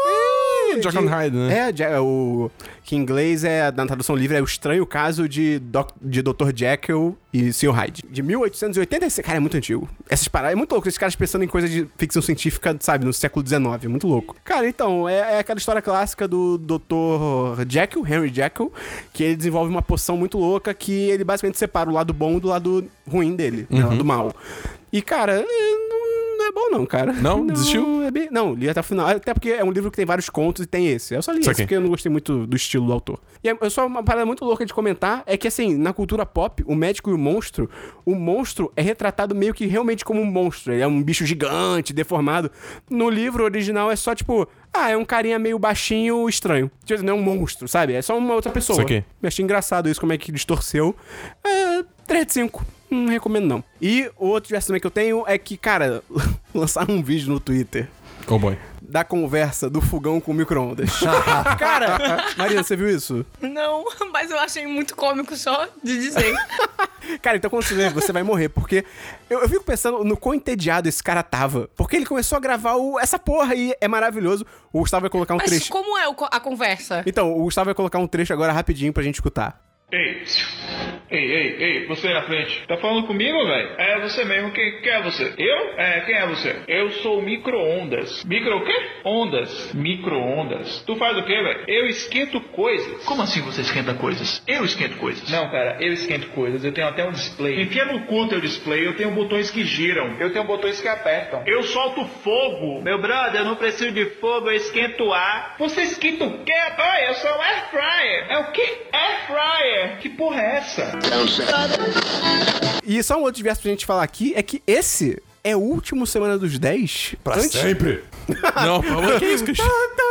Jekyll and Hyde, né? Que em inglês na tradução livre é O Estranho Caso de Dr. Jekyll e Sr. Hyde. De 1886. Cara, é muito antigo. Essas paradas, é muito louco. Esses caras pensando em coisa de ficção científica, sabe, no século XIX. É muito louco. Cara, então, é aquela história clássica do Dr. Jekyll, Henry Jekyll, que ele desenvolve uma poção muito louca que ele basicamente separa o lado bom do lado ruim dele, né, o lado mal. E, cara, não é bom não, cara. Não? Desistiu? Não, li até o final. Até porque é um livro que tem vários contos e tem esse. Eu só li esse porque eu não gostei muito do estilo do autor. E só uma parada muito louca de comentar é que, assim, na cultura pop, o médico e o monstro é retratado meio que realmente como um monstro. Ele é um bicho gigante, deformado. No livro original é só, tipo, é um carinha meio baixinho, estranho. Tipo, não é um monstro, sabe? É só uma outra pessoa. Isso aqui. Eu achei engraçado isso, como é que distorceu. 3 de 5. Não recomendo, não. E o outro diverso também que eu tenho é que, cara, lançaram um vídeo no Twitter. Oh boy. Da conversa do fogão com micro-ondas. Cara, Marina, você viu isso? Não, mas eu achei muito cômico só de dizer. Cara, então quando você ver, você vai morrer, porque eu fico pensando no quão entediado esse cara tava. Porque ele começou a gravar essa porra e é maravilhoso. O Gustavo vai colocar um trecho. Mas como é a conversa? Então, o Gustavo vai colocar um trecho agora rapidinho pra gente escutar. Ei, você na frente. Tá falando comigo, velho? É você mesmo. Quem é você? Eu? Quem é você? Eu sou micro-ondas. Micro o quê? Ondas. Micro-ondas. Tu faz o quê, velho? Eu esquento coisas. Como assim você esquenta coisas? Eu esquento coisas. Não, cara, eu esquento coisas. Eu tenho até um display. Enfia no cu teu display. Eu tenho botões que giram. Eu tenho botões que apertam. Eu solto fogo. Meu brother, eu não preciso de fogo. Eu esquento ar. Você esquenta o quê? Oi, eu sou um air fryer. É o quê? Air fryer. Que porra é essa? E só um outro diverso pra gente falar aqui é que esse é o último Semana dos 10. Pra sempre. Não, por favor, que isso, Cristian?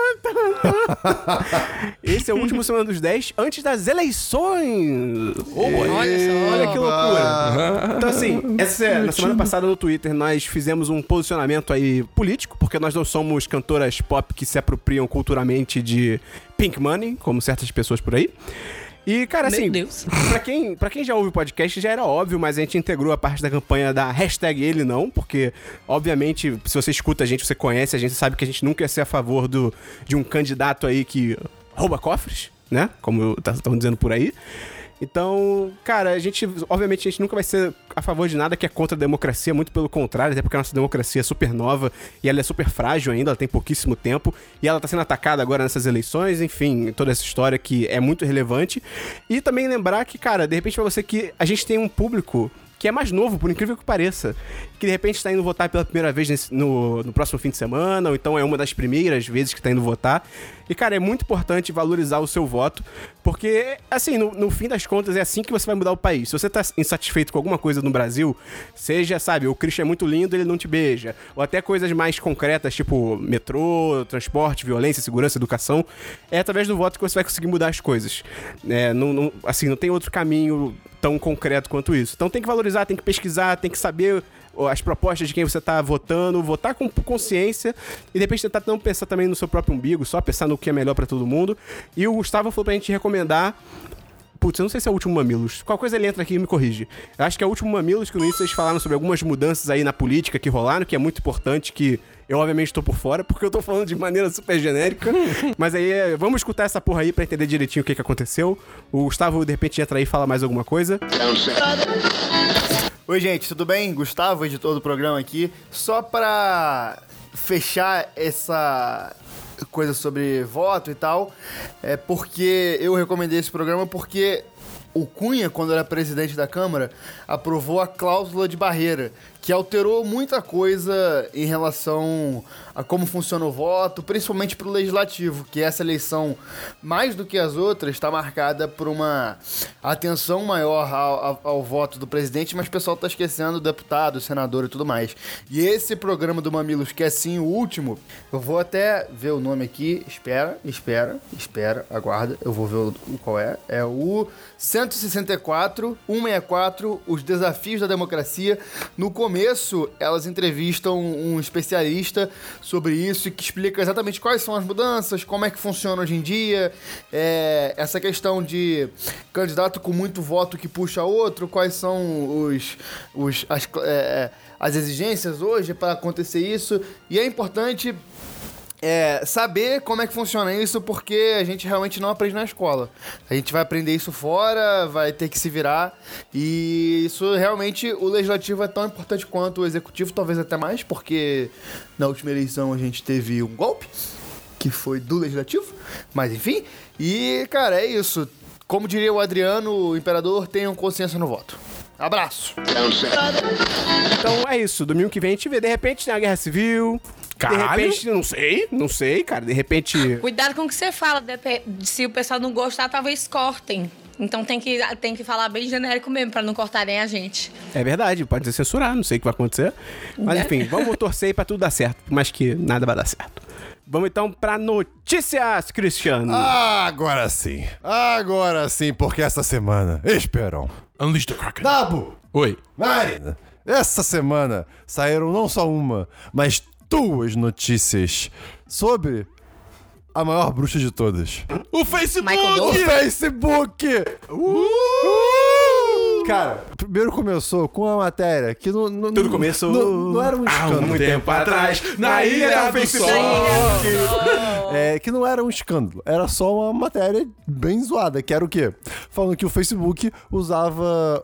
Esse é o último Semana dos 10 antes das eleições. Olha só. Olha que loucura. Então, assim, na semana passada no Twitter nós fizemos um posicionamento aí político, porque nós não somos cantoras pop que se apropriam culturalmente de Pink Money, como certas pessoas por aí. E, cara, assim, Meu Deus. pra quem já ouve o podcast, já era óbvio, mas a gente integrou a parte da campanha da hashtag ele não, porque, obviamente, se você escuta a gente, você conhece, a gente sabe que a gente nunca ia ser a favor de um candidato aí que rouba cofres, né? Como estão dizendo por aí. Então, cara, obviamente, a gente nunca vai ser a favor de nada que é contra a democracia, muito pelo contrário, até porque a nossa democracia é super nova e ela é super frágil ainda, ela tem pouquíssimo tempo e ela tá sendo atacada agora nessas eleições, enfim, toda essa história que é muito relevante. E também lembrar que, cara, de repente pra você que a gente tem um público que é mais novo, por incrível que pareça, que de repente tá indo votar pela primeira vez no próximo fim de semana, ou então é uma das primeiras vezes que tá indo votar. E, cara, é muito importante valorizar o seu voto, porque, assim, no fim das contas, é assim que você vai mudar o país. Se você tá insatisfeito com alguma coisa no Brasil, seja, sabe, o Christian é muito lindo, ele não te beija, ou até coisas mais concretas, tipo metrô, transporte, violência, segurança, educação, é através do voto que você vai conseguir mudar as coisas. Assim, não tem outro caminho tão concreto quanto isso. Então tem que valorizar, tem que pesquisar, tem que saber as propostas de quem você tá votando, votar com consciência e de repente tentar não pensar também no seu próprio umbigo, só pensar no que é melhor pra todo mundo. E o Gustavo falou pra gente recomendar. Putz, eu não sei se é o último Mamilos. Qual coisa ele entra aqui e me corrige. Eu acho que é o último Mamilos, que no início vocês falaram sobre algumas mudanças aí na política que rolaram, que é muito importante, que eu obviamente tô por fora, porque eu tô falando de maneira super genérica. Mas aí, vamos escutar essa porra aí pra entender direitinho o que aconteceu. O Gustavo, de repente, entra aí e fala mais alguma coisa. Oi, gente, tudo bem? Gustavo, editor do programa aqui. Só pra fechar essa coisa sobre voto e tal, é porque eu recomendei esse programa porque o Cunha, quando era presidente da Câmara, aprovou a cláusula de barreira, que alterou muita coisa em relação a como funciona o voto, principalmente para o legislativo, que essa eleição, mais do que as outras, está marcada por uma atenção maior ao voto do presidente, mas o pessoal está esquecendo o deputado, o senador e tudo mais. E esse programa do Mamilos, que é sim o último, eu vou até ver o nome aqui, espera, aguarda, eu vou ver qual é. É o 164, 164, Os Desafios da Democracia. No começo, elas entrevistam um especialista sobre isso e que explica exatamente quais são as mudanças, como é que funciona hoje em dia, essa questão de candidato com muito voto que puxa outro, quais são as exigências hoje para acontecer isso. E é importante saber como é que funciona isso, porque a gente realmente não aprende na escola. A gente vai aprender isso fora, vai ter que se virar, e isso realmente, o legislativo é tão importante quanto o executivo, talvez até mais, porque na última eleição a gente teve um golpe, que foi do legislativo, mas enfim, e cara, é isso. Como diria o Adriano, o imperador, tenham consciência no voto. Abraço! Então é isso, domingo que vem a gente vê, de repente tem a Guerra Civil. Caralho. De repente, não sei, cara. De repente. Cuidado com o que você fala. Se o pessoal não gostar, talvez cortem. Então tem que falar bem genérico mesmo, pra não cortarem a gente. É verdade, pode ser censurar, não sei o que vai acontecer. Mas enfim, vamos torcer aí pra tudo dar certo. Mas que nada vai dar certo. Vamos então pra notícias, Cristiano. Agora sim, porque essa semana, esperam. Unleash the Kraken. Dabo! Oi. Marina! Essa semana saíram não só uma, mas 2 notícias sobre a maior bruxa de todas. O Facebook! Michael O Douglas. Facebook! Cara, primeiro começou com uma matéria que não Tudo começou não era um escândalo. muito tempo atrás, na Ilha do Sol. Que não era um escândalo, era só uma matéria bem zoada, que era o quê? Falando que o Facebook usava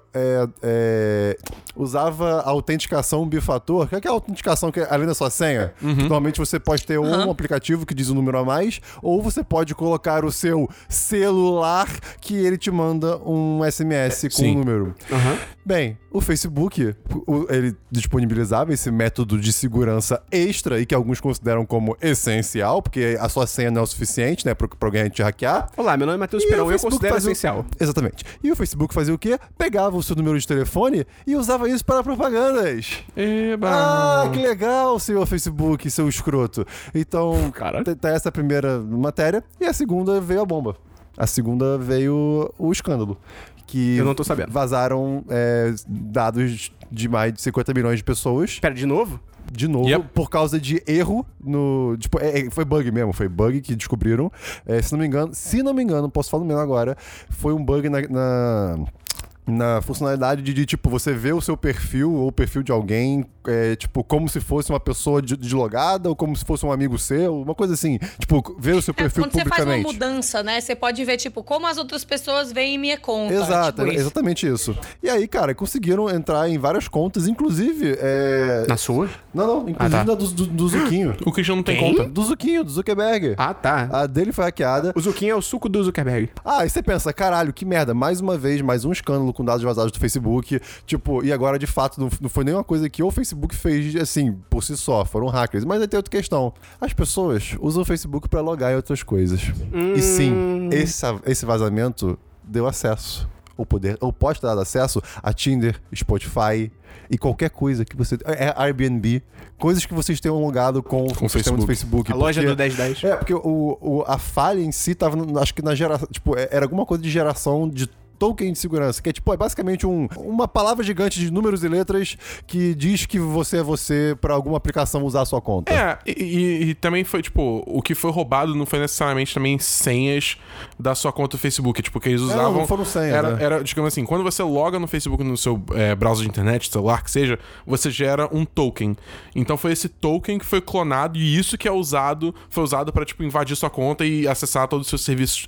a autenticação bifator. Que é a autenticação que, além da sua senha, que normalmente você pode ter um aplicativo que diz o número a mais, ou você pode colocar o seu celular que ele te manda um SMS com o número. Bem, o Facebook, ele disponibilizava esse método de segurança extra e que alguns consideram como essencial, porque a sua senha não é o suficiente, né, pra alguém te hackear. Olá, meu nome é Matheus Perão e eu considero essencial. Exatamente. E o Facebook fazia o quê? Pegava o seu número de telefone e usava isso para propagandas. Eba. Ah, que legal, senhor Facebook, seu escroto. Então, tá essa primeira matéria e a segunda veio a bomba. A segunda veio o escândalo. Que eu não tô sabendo. Vazaram dados de mais de 50 milhões de pessoas. Espera, de novo? de novo, Yep. por causa de erro no... Tipo, foi bug mesmo, foi bug que descobriram. Se não me engano, posso falar no mesmo agora, foi um bug na funcionalidade de, tipo, você vê o seu perfil ou o perfil de alguém, tipo, como se fosse uma pessoa deslogada ou como se fosse um amigo seu, uma coisa assim. Tipo, ver o seu perfil quando você faz publicamente. uma mudança, né? Você pode ver, tipo, como as outras pessoas veem minha conta. Exato, tipo isso. exatamente isso. E aí, cara, conseguiram entrar em várias contas, inclusive... Na sua? Não, inclusive na do Zuquinho. O Christian não tem Quem? conta. Do Zuquinho, do Zuckerberg. Ah, tá. A dele foi hackeada. O Zuquinho é o suco do Zuckerberg. Ah, e você pensa, caralho, que merda, mais uma vez, mais um escândalo com dados vazados do Facebook, tipo, e agora de fato não foi nenhuma coisa que o Facebook fez, assim, por si só, foram hackers. Mas aí tem outra questão, as pessoas usam o Facebook pra logar em outras coisas. E sim, esse vazamento deu acesso, ou pode ter dado acesso a Tinder, Spotify e qualquer coisa que você... Airbnb, coisas que vocês tenham logado com o sistema do Facebook. A loja porque- do 1010. porque a falha em si tava, acho que na geração, tipo, era alguma coisa de geração de token de segurança, que é tipo, é basicamente uma palavra gigante de números e letras que diz que você é você pra alguma aplicação usar a sua conta. E também foi, tipo, o que foi roubado não foi necessariamente também senhas da sua conta do Facebook, tipo, que eles usavam... não foram senhas, né? Era, digamos assim, quando você loga no Facebook no seu browser de internet, celular, que seja, você gera um token. Então foi esse token que foi clonado e isso que foi usado pra, tipo, invadir sua conta e acessar todos os seus serviços,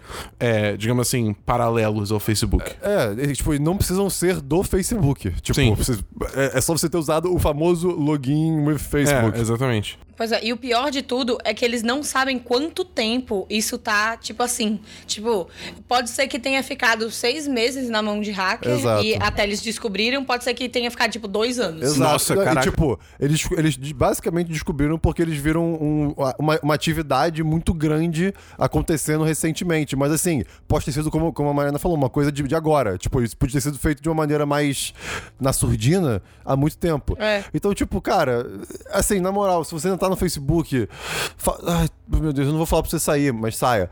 digamos assim, paralelos ao Facebook. Tipo, não precisam ser do Facebook. Tipo, Sim. é só você ter usado o famoso login with Facebook. Exatamente. Pois é, e o pior de tudo é que eles não sabem quanto tempo isso tá, tipo assim. Tipo, pode ser que tenha ficado 6 meses na mão de hacker Exato. e até eles descobriram, pode ser que tenha ficado, tipo, 2 anos. Exato. Nossa, E, caraca. tipo, eles basicamente descobriram porque eles viram uma atividade muito grande acontecendo recentemente. Mas assim, pode ter sido, como a Mariana falou, uma coisa de agora. Tipo, isso podia ter sido feito de uma maneira mais na surdina há muito tempo. Então, tipo, cara, assim, na moral, se você não tá no Facebook... Ai, meu Deus, eu não vou falar pra você sair, mas saia.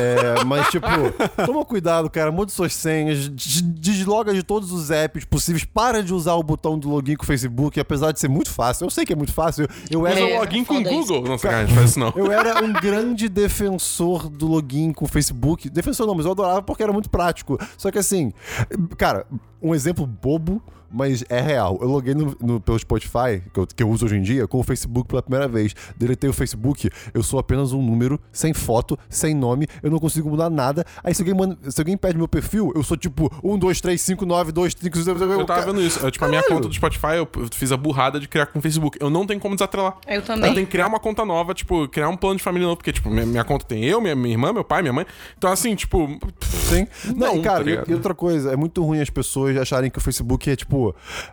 Mas, tipo, toma cuidado, cara. Mude suas senhas, desloga de todos os apps possíveis, para de usar o botão do login com o Facebook, apesar de ser muito fácil. Eu sei que é muito fácil. Eu era... Mas o login com o foda isso. Google. Não, sacanagem, faz isso não. Eu era um grande defensor do login com o Facebook. Defensor não, mas eu adorava porque era muito prático. Só que assim, cara, um exemplo bobo, mas é real. Eu loguei pelo Spotify, que eu uso hoje em dia, com o Facebook pela primeira vez. Deletei o Facebook, eu sou apenas um número, sem foto, sem nome, eu não consigo mudar nada. Aí se alguém pede meu perfil, eu sou tipo 1, 2, 3, 5, 9, 2, 5, 6... Eu tava vendo isso. Tipo, a minha conta do Spotify, eu fiz a burrada de criar com o Facebook. Eu não tenho como desatrelar. Eu também. Eu tenho que criar uma conta nova, tipo, criar um plano de família novo, porque, tipo, minha conta tem eu, minha irmã, meu pai, minha mãe. Então, assim, tipo... Sim. Não, Não, e, cara, tá ligado? e outra coisa, é muito ruim as pessoas acharem que o Facebook é, tipo,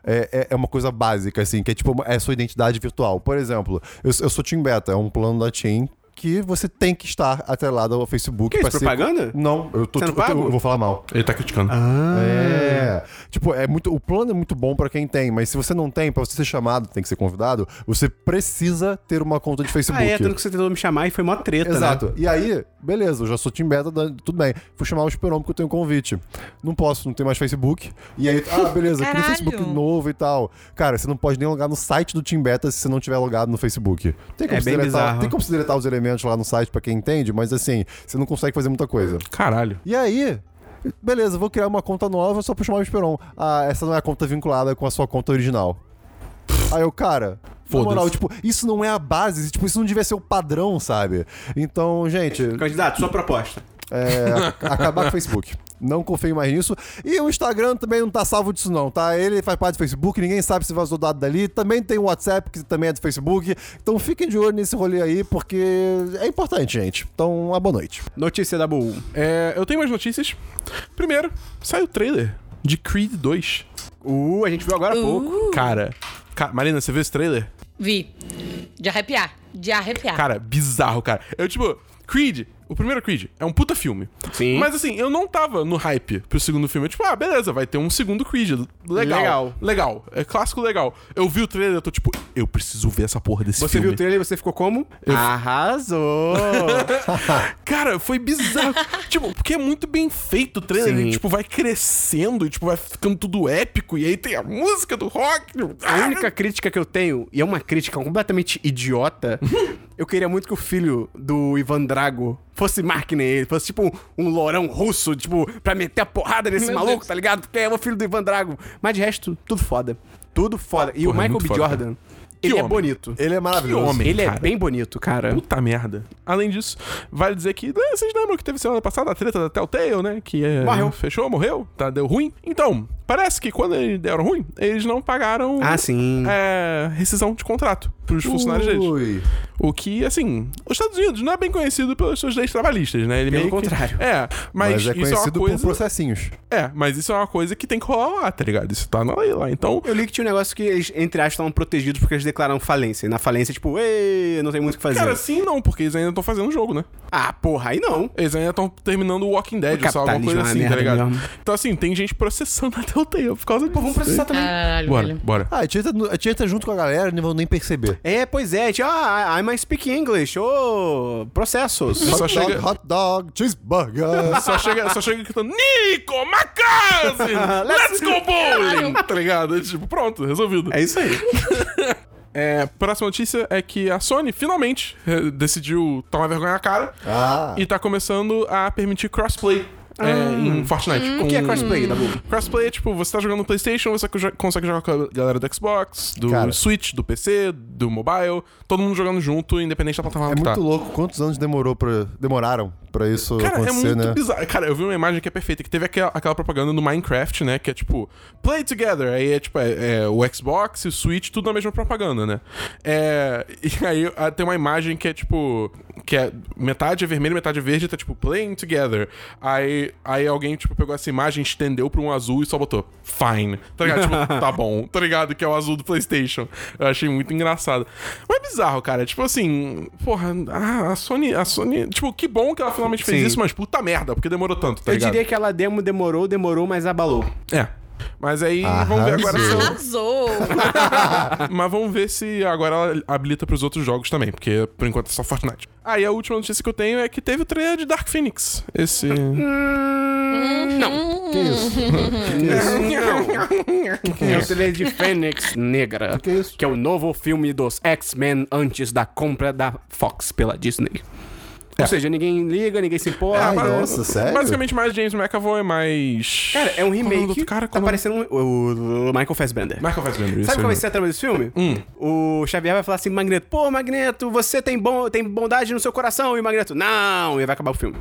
é uma coisa básica, assim, que é, tipo, é sua identidade virtual. Por exemplo, eu sou Team Beta, é um plano da Team que você tem que estar atrelado ao Facebook. Que pra isso, ser- propaganda? Não, Sendo pago? eu vou falar mal. Ele tá criticando. Tipo, o plano é muito bom pra quem tem, mas se você não tem, pra você ser chamado, tem que ser convidado, você precisa ter uma conta de Facebook. Tanto que você tentou me chamar e foi mó treta, Exato. né? E aí, beleza, eu já sou Team Beta, tudo bem. Fui chamar o Esperon porque eu tenho um convite. Não posso, não tem mais Facebook. E aí, beleza, cria um Caralho. Facebook novo e tal. Cara, você não pode nem logar no site do Team Beta se você não tiver logado no Facebook. Tem como É se bem deletar, bizarro. tem como se deletar os elementos lá no site pra quem entende, mas assim, você não consegue fazer muita coisa. Caralho. E aí, beleza, vou criar uma conta nova só pra chamar o Esperon. Essa não é a conta vinculada com a sua conta original. Aí eu, cara, na Foda-se. moral, tipo, isso não é a base, tipo, isso não devia ser o padrão, sabe? Então, gente, Candidato, sua proposta. acabar com o Facebook. Não confio mais nisso. E o Instagram também não tá salvo disso não, tá? Ele faz parte do Facebook, ninguém sabe se vazou dado dali. Também tem o WhatsApp, que também é do Facebook. Então fiquem de olho nesse rolê aí, porque é importante, gente. Então, uma boa noite. Notícia da Bull. Eu tenho mais notícias. Primeiro, saiu o trailer de Creed 2. A gente viu agora há pouco. Cara, Marina, você viu esse trailer? Vi. De arrepiar. De arrepiar. Cara, bizarro, cara. Eu, tipo, Creed, o primeiro Creed é um puta filme. Sim. Mas assim, eu não tava no hype pro segundo filme. Eu, tipo, beleza, vai ter um segundo Creed. Legal. É clássico legal. Eu vi o trailer, eu tô tipo, eu preciso ver essa porra desse Você filme. viu o trailer e você ficou como? Arrasou! Cara, foi bizarro. Tipo, porque é muito bem feito o trailer. Sim. E, tipo, vai crescendo e, tipo, vai ficando tudo épico. E aí tem a música do rock. A única crítica que eu tenho, e é uma crítica completamente idiota, eu queria muito que o filho do Ivan Drago fosse Mark nem ele, fosse tipo um lourão russo, tipo, pra meter a porrada nesse Meu maluco, Deus. tá ligado? Porque é o filho do Ivan Drago. Mas de resto, tudo foda. Tudo foda. E o Porra, é Michael muito B. foda, Jordan, ele Que é homem. bonito. Ele é maravilhoso. homem. Ele cara. é bem bonito, cara. Puta merda. Além disso, vale dizer que vocês lembram que teve semana passada a treta da Telltale, né? Que Morreu. fechou, morreu, tá? Deu ruim. Então, parece que quando eles deram ruim, eles não pagaram Ah, sim. rescisão de contrato pros funcionários deles. Ui. O que, assim, os Estados Unidos não é bem conhecido pelas suas leis trabalhistas, né? Ele Pelo meio que- contrário. Mas mas é isso é uma conhecido por coisa... processinhos. Mas isso é uma coisa que tem que rolar lá, tá ligado? Isso tá na lei lá. Então, Eu li que tinha um negócio que eles, entre aspas, estavam protegidos porque eles declararam falência. E na falência, tipo, ei, não tem muito o que fazer. cara, sim não, porque eles ainda estão fazendo o jogo, né? Ah, porra, aí não. Eles ainda estão terminando o Walking Dead, O ou sei lá, alguma coisa capitalismo é assim, uma tá merda ligado? mesmo. Então, assim, tem gente processando a Telltale por causa disso. Pô, vamos processar também. Caralho, Bora, velho. bora. Ah, tinha que estar junto com a galera, não vão nem perceber. É, pois é. Tipo, I might speak English. Processos. Só Hot chega- dog, hot dog, cheeseburger. Só chega gritando, Nico, my cousin, let's go bowling, tá ligado? Tipo, pronto, resolvido. É isso aí. Próxima notícia é que a Sony finalmente decidiu tomar vergonha na cara Ah. e tá começando a permitir crossplay em Fortnite. O que é crossplay, Dabu? Crossplay é tipo, você tá jogando no PlayStation, você consegue jogar com a galera do Xbox, do Cara. Switch, do PC, do mobile, todo mundo jogando junto, independente da plataforma É que muito tá. louco. Quantos anos demoraram pra isso Cara, é acontecer, muito né? bizarro. Cara, eu vi uma imagem que é perfeita, que teve aquela propaganda no Minecraft, né? Que é tipo, play together. Aí é tipo, o Xbox e o Switch, tudo na mesma propaganda, né? E aí tem uma imagem que é tipo, que é metade é vermelho, metade é verde, tá tipo, playing together. Aí alguém, tipo, pegou essa imagem, estendeu pra um azul e só botou, fine. Tá ligado? Tipo, tá bom, tá ligado? Que é o azul do PlayStation. Eu achei muito engraçado. Mas é bizarro, cara. Tipo assim, porra, a Sony, tipo, que bom que ela finalmente fez Sim. isso, mas puta merda, porque demorou tanto, tá Eu ligado? diria que ela demorou, mas abalou. Mas aí vamos ver agora se. Arrasou! Mas vamos ver se agora ela habilita pros outros jogos também, porque por enquanto é só Fortnite. E a última notícia que eu tenho é que teve o trailer de Dark Phoenix. Esse. Não. Que isso? É o trailer de Fênix Negra. Que isso? Que é o novo filme dos X-Men antes da compra da Fox pela Disney. Ou seja, ninguém liga, ninguém se importa. Ai, mas- nossa, sério? Basicamente mais James McAvoy, mais. Cara, é um Qual o nome do remake. outro cara? Tá Qual o nome? parecendo o Michael Fassbender. Michael Fassbender, isso Sabe qual vai aí ser a trama desse filme? O Xavier vai falar assim pro Magneto: pô, Magneto, você tem bondade no seu coração. E o Magneto: não, e vai acabar o filme.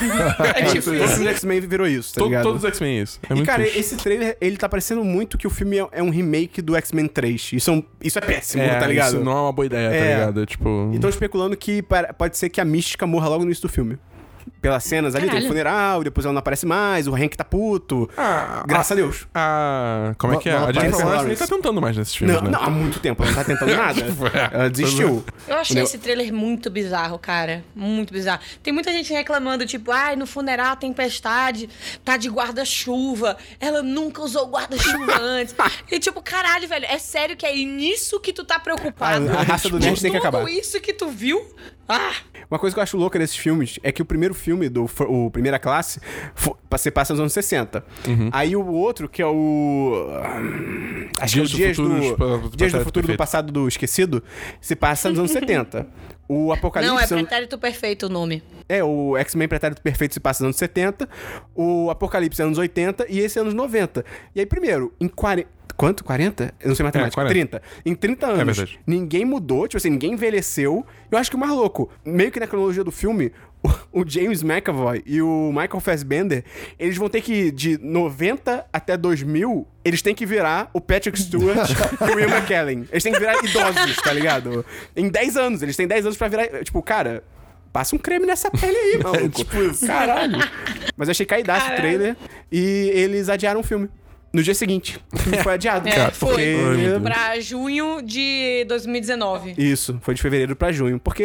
É tipo, todos os X-Men virou isso, tá ligado? Todos os X-Men é isso. É E muito cara, triste. esse trailer, ele tá parecendo muito que o filme é um remake do X-Men 3. Isso é péssimo, tá ligado? Isso não é uma boa ideia, tá É. ligado? Tipo. E tão especulando que pode ser que a Mística morra logo no início do filme. Pelas cenas ali, tem Caralho. o funeral, depois ela não aparece mais, o Hank tá puto. Graças a Deus. Como é que é? Não A Jennifer aparece Lawrence nem Lawrence. tá tentando mais nesses filmes, Não, né? não, há muito tempo, ela não tá tentando nada. Ela desistiu. Eu achei esse trailer muito bizarro, cara. Muito bizarro. Tem muita gente reclamando, tipo, ai, no funeral a tempestade tá de guarda-chuva. Ela nunca usou guarda-chuva antes. E tipo, caralho, velho, é sério que é nisso que tu tá preocupado? A raça do Por Nerd tem que acabar. tudo isso que tu viu? Ah! Uma coisa que eu acho louca desses filmes é que o primeiro filme, o Primeira Classe, se passa nos anos 60. Aí o outro, que é o... Acho que é o Dias do Futuro, Dias do Pretérito Futuro do Perfeito. Passado do Esquecido, se passa nos anos 70. O Apocalipse... Não, é pretérito perfeito o nome. O X-Men Pretérito Perfeito se passa nos anos 70, o Apocalipse é anos 80 e esse é anos 90. E aí, primeiro, em 40... Quanto? 40? Eu não sei matemática. 40. 30. Em 30 anos, verdade. ninguém mudou, tipo assim, ninguém envelheceu. Eu acho que o mais louco, meio que na cronologia do filme, o James McAvoy e o Michael Fassbender, eles vão ter que, de 90 até 2000, eles têm que virar o Patrick Stewart e o Ian McKellen. Eles têm que virar idosos, tá ligado? Em 10 anos, eles têm 10 anos pra virar, tipo, cara... Passa um creme nessa pele aí, maluco. Tipo isso. Caralho. Mas eu achei caidaço o Caralho. trailer e eles adiaram o filme. No dia seguinte. O filme foi adiado. É, porque... foi pra junho de 2019. Isso, foi de fevereiro pra junho. Porque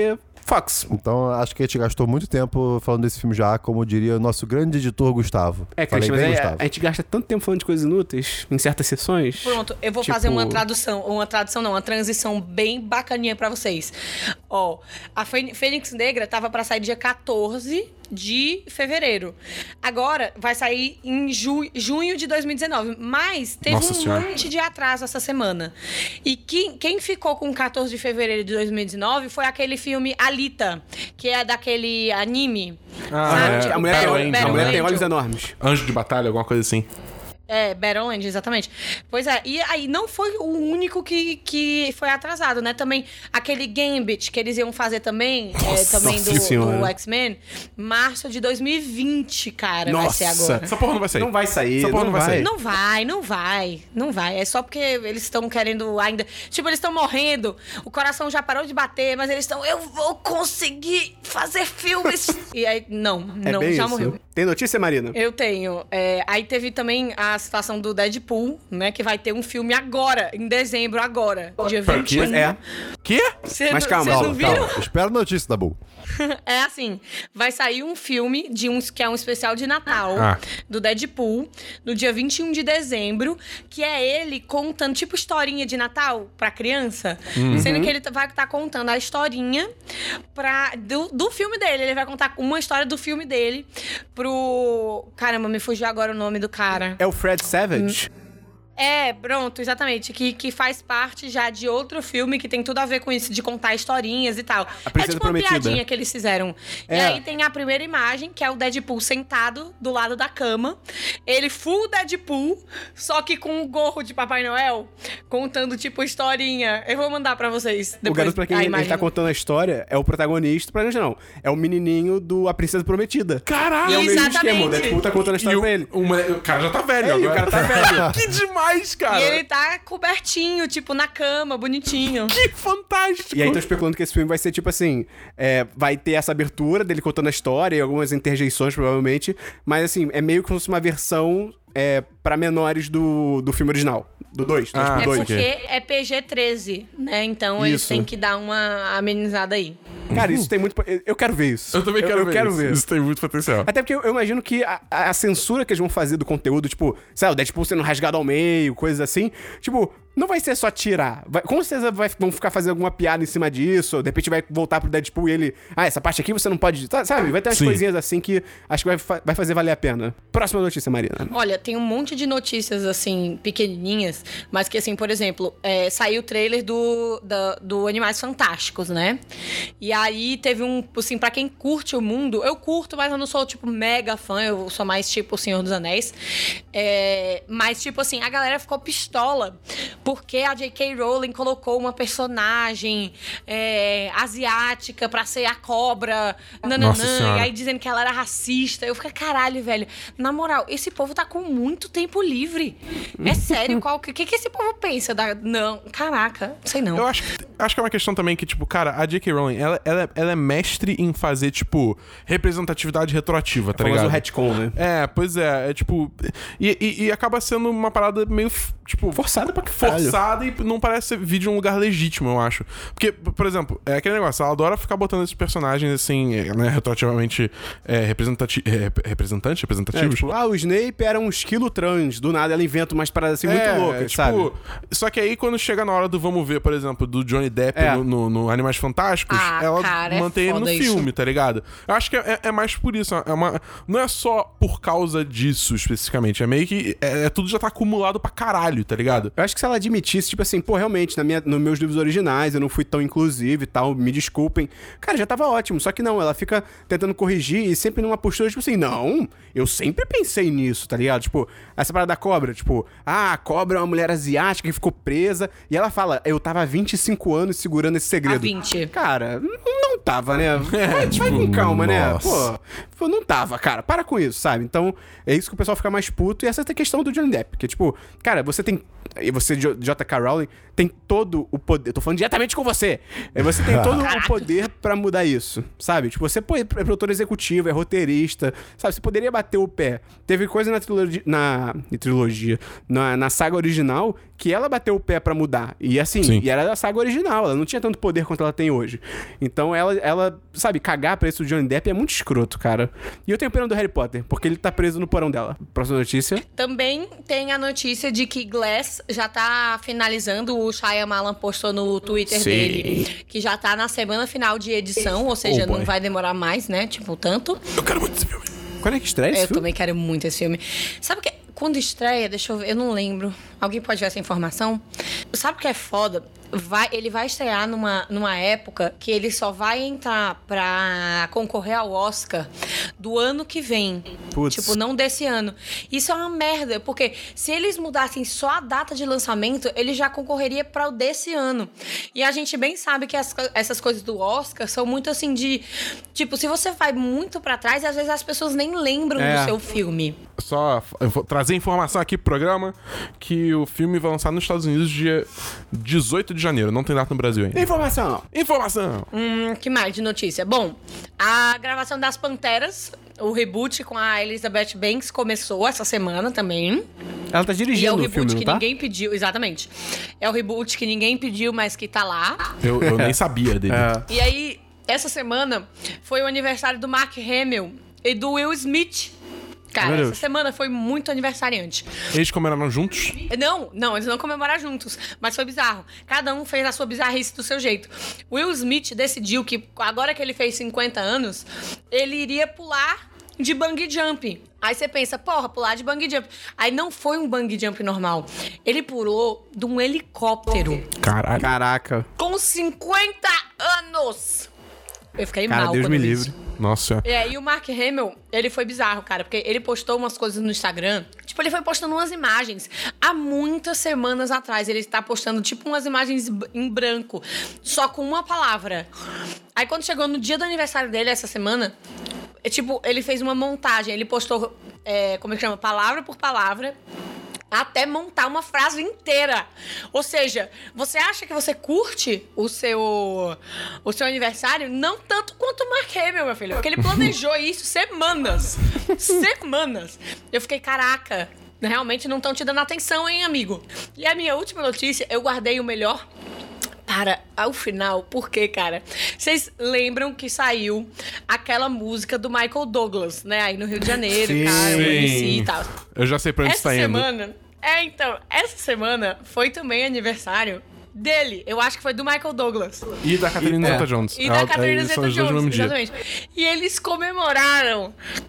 Fox. Então, acho que a gente gastou muito tempo falando desse filme já, como diria o nosso grande editor Gustavo. É, Falei Christian, bem, mas Gustavo? a gente gasta tanto tempo falando de coisas inúteis em certas sessões. Pronto, eu vou Tipo- fazer uma transição bem bacaninha pra vocês. Ó, a Fênix Negra tava pra sair dia 14 de fevereiro. Agora vai sair em junho de 2019. Mas teve Nossa um Senhora. monte de atraso essa semana. E quem ficou com 14 de fevereiro de 2019 foi aquele filme Alita, que é daquele anime. Ah, sabe? é. A mulher, tem, Battle a Angel, mulher né? tem olhos enormes. Anjo de batalha, alguma coisa assim. É, Battleland, exatamente. Pois é, e aí não foi o único que foi atrasado, né? Também aquele Gambit que eles iam fazer também, também nossa do senhora. X-Men, março de 2020, cara, vai ser Nossa. agora. Essa porra não vai sair. Não vai sair, Essa porra não não vai vai. sair. Não vai. É só porque eles estão querendo ainda... Tipo, eles estão morrendo, o coração já parou de bater, mas eles estão... Eu vou conseguir fazer filmes! E aí, não, É bem já isso. morreu. Tem notícia, Marina? Eu tenho. Aí teve também a situação do Deadpool, né? Que vai ter um filme agora, em dezembro, agora. Dia 21. Mas é. Quê? Mas calma, Vocês calma, não viram? Espera a notícia, Dabu. É assim, vai sair um filme que é um especial de Natal Ah. do Deadpool, no dia 21 de dezembro, que é ele contando, tipo historinha de Natal pra criança, sendo que ele vai estar contando a historinha do filme dele. Ele vai contar uma história do filme dele pro... Caramba, me fugiu agora o nome do cara. É o Fred Savage? É, pronto, exatamente. Que faz parte já de outro filme que tem tudo a ver com isso, de contar historinhas e tal. A Princesa tipo uma Prometida. piadinha que eles fizeram. É. E aí tem a primeira imagem, que é o Deadpool sentado do lado da cama. Ele full Deadpool, só que com um gorro de Papai Noel, contando tipo historinha. Eu vou mandar pra vocês O depois garoto pra quem a ele imagem. tá contando a história é o protagonista. Protagonista não. É o menininho do A Princesa Prometida. Caralho! E é o mesmo Exatamente. esquema. O Deadpool tá contando a história pra ele. O cara já tá velho É, e o agora. cara tá velho. Que demais, cara! E ele tá cobertinho, tipo, na cama, bonitinho. Que fantástico! E aí estão especulando que esse filme vai ser tipo assim, vai ter essa abertura dele contando a história e algumas interjeições, provavelmente, mas assim, é meio que como se fosse uma versão pra menores do filme original. Do 2. Ah, É 2. porque é PG-13, né? Então eles Isso. têm que dar uma amenizada aí. Cara, isso tem muito... Eu quero ver isso. Eu também quero ver. quero isso. ver. Isso tem muito potencial. Até porque eu imagino que a censura que eles vão fazer do conteúdo, tipo, sabe, o Deadpool sendo rasgado ao meio, coisas assim, tipo, não vai ser só tirar. Com certeza vão ficar fazendo alguma piada em cima disso, ou de repente vai voltar pro Deadpool e ele, essa parte aqui você não pode, sabe? Vai ter umas Sim. coisinhas assim que acho que vai fazer valer a pena. Próxima notícia, Marina. Olha, tem um monte de notícias, assim, pequenininhas, mas que, assim, por exemplo, saiu o trailer do Animais Fantásticos, né? E aí teve assim, pra quem curte o mundo, eu curto, mas eu não sou, tipo, mega fã, eu sou mais, tipo, o Senhor dos Anéis. Mas, tipo assim, a galera ficou pistola, porque a J.K. Rowling colocou uma personagem asiática pra ser a cobra, Nossa Senhora. e aí dizendo que ela era racista. Eu fiquei, caralho, velho, na moral, esse povo tá com muito tempo livre. É sério, o que esse povo pensa? Não, caraca, não sei não. Eu acho que é uma questão também que, tipo, cara, a J.K. Rowling, ela é mestre em fazer, tipo, representatividade retroativa, tá Famoso ligado? retcon, né? Pois é, tipo... E acaba sendo uma parada meio, tipo... Forçada pra caralho. Forçada e não parece vir de um lugar legítimo, eu acho. Porque, por exemplo, é aquele negócio, ela adora ficar botando esses personagens, assim, né, retroativamente representativos. Tipo, o Snape era um esquilo trans, do nada ela inventa umas paradas assim muito loucas, tipo, sabe? Só que aí quando chega na hora do vamos ver, por exemplo, do Johnny Depp no Animais Fantásticos, ela cara, mantém ele no foda isso. filme, tá ligado? Eu acho que é mais por isso. Não é só por causa disso especificamente. É meio que. Tudo já tá acumulado pra caralho, tá ligado? Eu acho que se ela admitisse, tipo assim, pô, realmente, nos meus livros originais eu não fui tão inclusive e tal, me desculpem. Cara, já tava ótimo. Só que não, ela fica tentando corrigir e sempre numa postura, tipo assim, não, eu sempre pensei nisso, tá ligado? Tipo, essa parada da cobra, tipo, a cobra é uma mulher asiática que ficou presa. E ela fala, eu tava há 25 anos segurando esse segredo. Há 20. Cara, não tava, né? Vai com calma, nossa. né? Pô, não tava, cara. Para com isso, sabe? Então, é isso que o pessoal fica mais puto. E essa é a questão do Johnny Depp. Porque, tipo, cara, você tem... E você, J.K. Rowling, tem todo o poder... Eu tô falando diretamente com você. Você tem todo o poder pra mudar isso, sabe? Tipo, você é produtor executivo, é roteirista, sabe? Você poderia bater o pé. Teve coisa na saga original que ela bateu o pé pra mudar. E assim, Sim. e era da saga original, ela não tinha tanto poder quanto ela tem hoje. Então ela, sabe, cagar pra isso do Johnny Depp é muito escroto, cara. E eu tenho pena do Harry Potter, porque ele tá preso no porão dela. Próxima notícia. Também tem a notícia de que Glass já tá finalizando, o Shyamalan postou no Twitter Sim. dele, que já tá na semana final de edição, ou seja, Oh, boy. não vai demorar mais, né? Tipo, tanto. Eu quero muito esse filme. Quando é que estreia esse Eu filme? também quero muito esse filme. Sabe o que? Quando estreia, deixa eu ver, eu não lembro. Alguém pode ver essa informação? Sabe o que é foda? Ele vai estrear numa época que ele só vai entrar pra concorrer ao Oscar do ano que vem. Putz. Tipo, não desse ano. Isso é uma merda, porque se eles mudassem só a data de lançamento, ele já concorreria para o desse ano. E a gente bem sabe que essas coisas do Oscar são muito assim de... Tipo, se você vai muito pra trás, às vezes as pessoas nem lembram do seu filme. Só eu vou trazer informação aqui pro programa que o filme vai lançar nos Estados Unidos dia 18 de janeiro. Não tem data no Brasil ainda. Informação. Informação! Que mais de notícia? Bom, a gravação das Panteras, o reboot com a Elizabeth Banks começou essa semana também. Ela tá E é dirigindo o o reboot filme, não que tá? ninguém pediu, exatamente. É o reboot que ninguém pediu, mas que tá lá. Eu nem sabia dele. E aí, essa semana foi o aniversário do Mark Hamill e do Will Smith. Cara, Meu essa Deus. semana foi muito aniversariante. Eles comemoraram juntos? Não, eles não comemoraram juntos, mas foi bizarro. Cada um fez a sua bizarrice do seu jeito. Will Smith decidiu que, agora que ele fez 50 anos, ele iria pular de bungee jump. Aí você pensa, porra, pular de bungee jump. Aí não foi um bungee jump normal. Ele pulou de um helicóptero Caralho. Caraca. com 50 anos. Eu fiquei Cara, mal Deus quando me eu vi livre. isso. Nossa. E o Mark Hamill, ele foi bizarro, cara, porque ele postou umas coisas no Instagram. Tipo, ele foi postando umas imagens. Há muitas semanas atrás, ele tá postando, tipo, umas imagens em branco, só com uma palavra. Aí, quando chegou no dia do aniversário dele, essa semana, ele fez uma montagem. Ele postou, como é que chama? Palavra por palavra, até montar uma frase inteira. Ou seja, você acha que você curte o seu aniversário? Não tanto quanto o Mark Hamill, meu filho. Porque ele planejou isso semanas. Semanas. Eu fiquei, caraca, realmente não estão te dando atenção, hein, amigo? E a minha última notícia, eu guardei o melhor para ao final, porque, cara, vocês lembram que saiu aquela música do Michael Douglas, né? Aí no Rio de Janeiro, Sim. cara, eu conheci e tal. Eu já sei pra onde Essa está indo. semana... essa semana foi também aniversário dele. Eu acho que foi do Michael Douglas. E da Catherine Zeta-Jones. E da Catherine Eles são os dois no Zeta-Jones, mesmo dia. exatamente. E eles comemoraram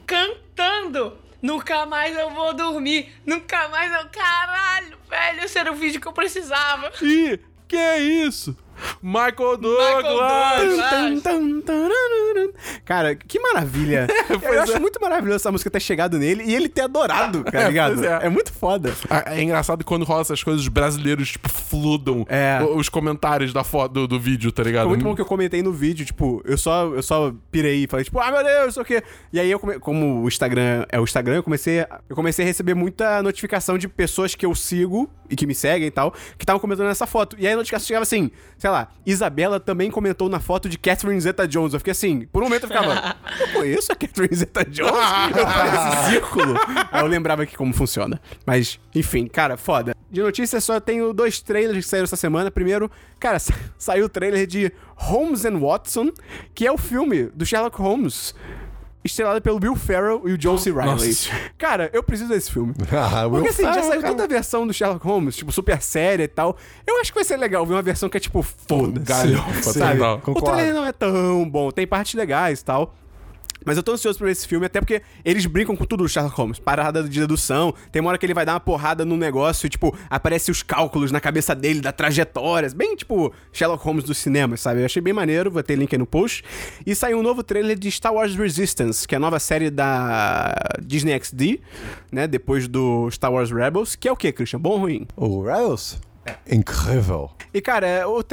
cantando Nunca Mais Eu Vou Dormir. Nunca mais eu... Caralho, velho, esse era o vídeo que eu precisava. Ih, que é isso? Michael Douglas! Douglas. Tum, tum, tararara. Cara, que maravilha. Eu acho muito maravilhoso essa música ter chegado nele e ele ter adorado, tá ligado? pois é. É muito foda. É engraçado quando rola essas coisas, os brasileiros, tipo, fludam os comentários da foto do vídeo, tá ligado? Foi muito bom que eu comentei no vídeo, tipo, eu só pirei e falei, tipo, meu Deus, isso aqui. E aí, como o Instagram é o Instagram, eu comecei a receber muita notificação de pessoas que eu sigo e que me seguem e tal, que estavam comentando nessa foto. E aí a notificação chegava assim, sei lá, Isabela também comentou na foto de Catherine Zeta-Jones. Eu fiquei assim, por um momento eu ficava, eu conheço a Catherine Zeta-Jones? Eu faço esse círculo. Aí eu lembrava aqui como funciona. Mas, enfim, cara, foda. De notícia, só tenho 2 trailers que saíram essa semana. Primeiro, cara, saiu o trailer de Holmes and Watson, que é o filme do Sherlock Holmes, estrelado pelo Will Ferrell e o John C. Reilly. Nossa. Cara, eu preciso desse filme. Ah, Porque assim, já saiu cara. tanta versão do Sherlock Holmes, tipo, super séria e tal. Eu acho que vai ser legal ver uma versão que é tipo, foda-se. Galhofa, sabe? total. O Concordo. trailer não é tão bom, tem partes legais e tal. Mas eu tô ansioso por esse filme, até porque eles brincam com tudo do Sherlock Holmes. Parada de dedução, tem uma hora que ele vai dar uma porrada num negócio e, tipo, aparece os cálculos na cabeça dele, da trajetória. Bem, tipo, Sherlock Holmes do cinema, sabe? Eu achei bem maneiro, vou ter link aí no post. E saiu um novo trailer de Star Wars Resistance, que é a nova série da Disney XD, né? Depois do Star Wars Rebels, que é o quê, Christian? Bom ou ruim? O Rails? Incrível. E, cara,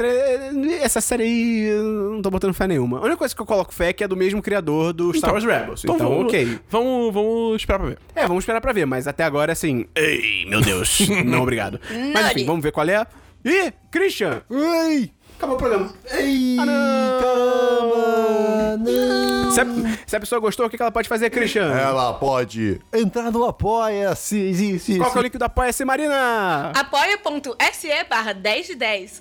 essa série aí eu não tô botando fé nenhuma. A única coisa que eu coloco fé é que é do mesmo criador do Star Wars Rebels. Então, vamos, ok. Vamos esperar pra ver. Vamos esperar pra ver, mas até agora, assim... Ei, meu Deus. Não, obrigado. Mas enfim, vamos ver qual é. Ih, Christian! Ui! Acabou o programa. Ei, caramba! Não! Se a pessoa gostou, o que ela pode fazer, Cristiano? Ela pode entrar no Apoia-se. Qual que é o link do Apoia-se, Marina? apoia.se/10de10.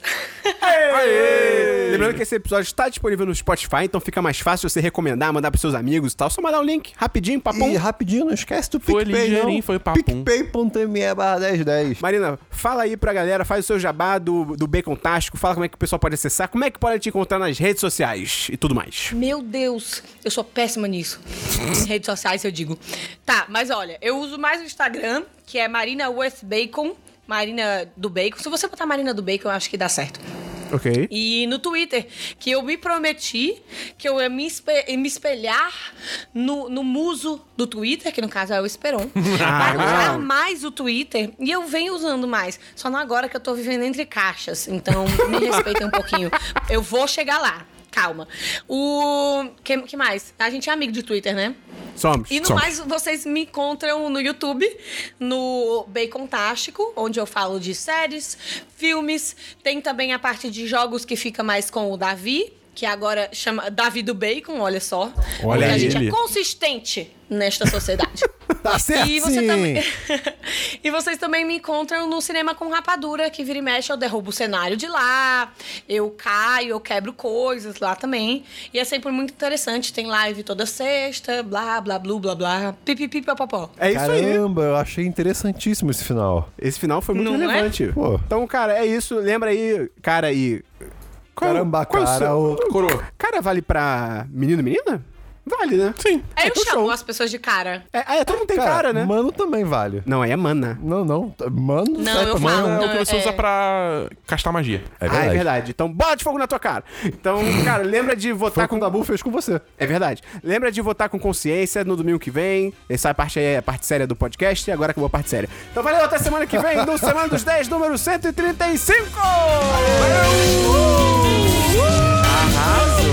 Aê! Lembrando que esse episódio está disponível no Spotify, então fica mais fácil você recomendar, mandar pros seus amigos e tal. Só mandar o link rapidinho, papum. E rapidinho, não esquece do Foi PicPay, ligeirinho, não. foi papum. PicPay.me/1010. Marina, fala aí pra galera, faz o seu jabá do Bacon Tástico, fala como é que o pessoal pode acessar, como é que pode te encontrar nas redes sociais e tudo mais. Meu Deus, eu sou péssima nisso. Em redes sociais, eu digo. Tá, mas olha, eu uso mais o Instagram, que é Marina with Bacon, Marina do Bacon. Se você botar Marina do Bacon, eu acho que dá certo. Ok. E no Twitter, que eu me prometi que eu ia me espelhar no muso do Twitter, que no caso é o Esperon, para usar mais o Twitter. E eu venho usando mais. Só não agora que eu tô vivendo entre caixas. Então, me respeitem um pouquinho. Eu vou chegar lá. Calma. Que mais? A gente é amigo de Twitter, né? Somos. E no mais, vocês me encontram no YouTube, no Bacon Tástico, onde eu falo de séries, filmes. Tem também a parte de jogos que fica mais com o Davi, que agora chama Davi do Bacon, olha só. Olha a gente ele. é consistente nesta sociedade. Tá certo, E você sim. também... E vocês também me encontram no Cinema com Rapadura, que vira e mexe, eu derrubo o cenário de lá, eu caio, eu quebro coisas lá também. E é sempre muito interessante, tem live toda sexta, blá, blá, blá, blá, blá, pipipi, papapó. É isso aí. Caramba, eu achei interessantíssimo esse final. Esse final foi muito Não é? relevante. Pô. Então, cara, é isso. Lembra aí, cara, aí... Caramba, qual cara, o o... Coroa. Cara, vale pra menino e menina? Vale, né? Sim. Aí eu então chamo show. as pessoas de cara. Todo mundo tem cara, né? Mano também vale. Não, aí é mana. Não. Mano, Não, sai eu pra- falo. É o Não, que você é- usa pra castar magia. É verdade. Ah, é verdade. Então, bola de fogo na tua cara. Então, cara, lembra de Foi votar com o com... Dabu fez com você. É verdade. Lembra de votar com consciência no domingo que vem. Essa parte aí é a parte séria do podcast e agora acabou a parte séria. Então, valeu, até semana que vem no Semana dos 10, número 135! Arrasou!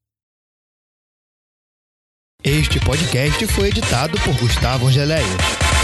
Este podcast foi editado por Gustavo Angeléia.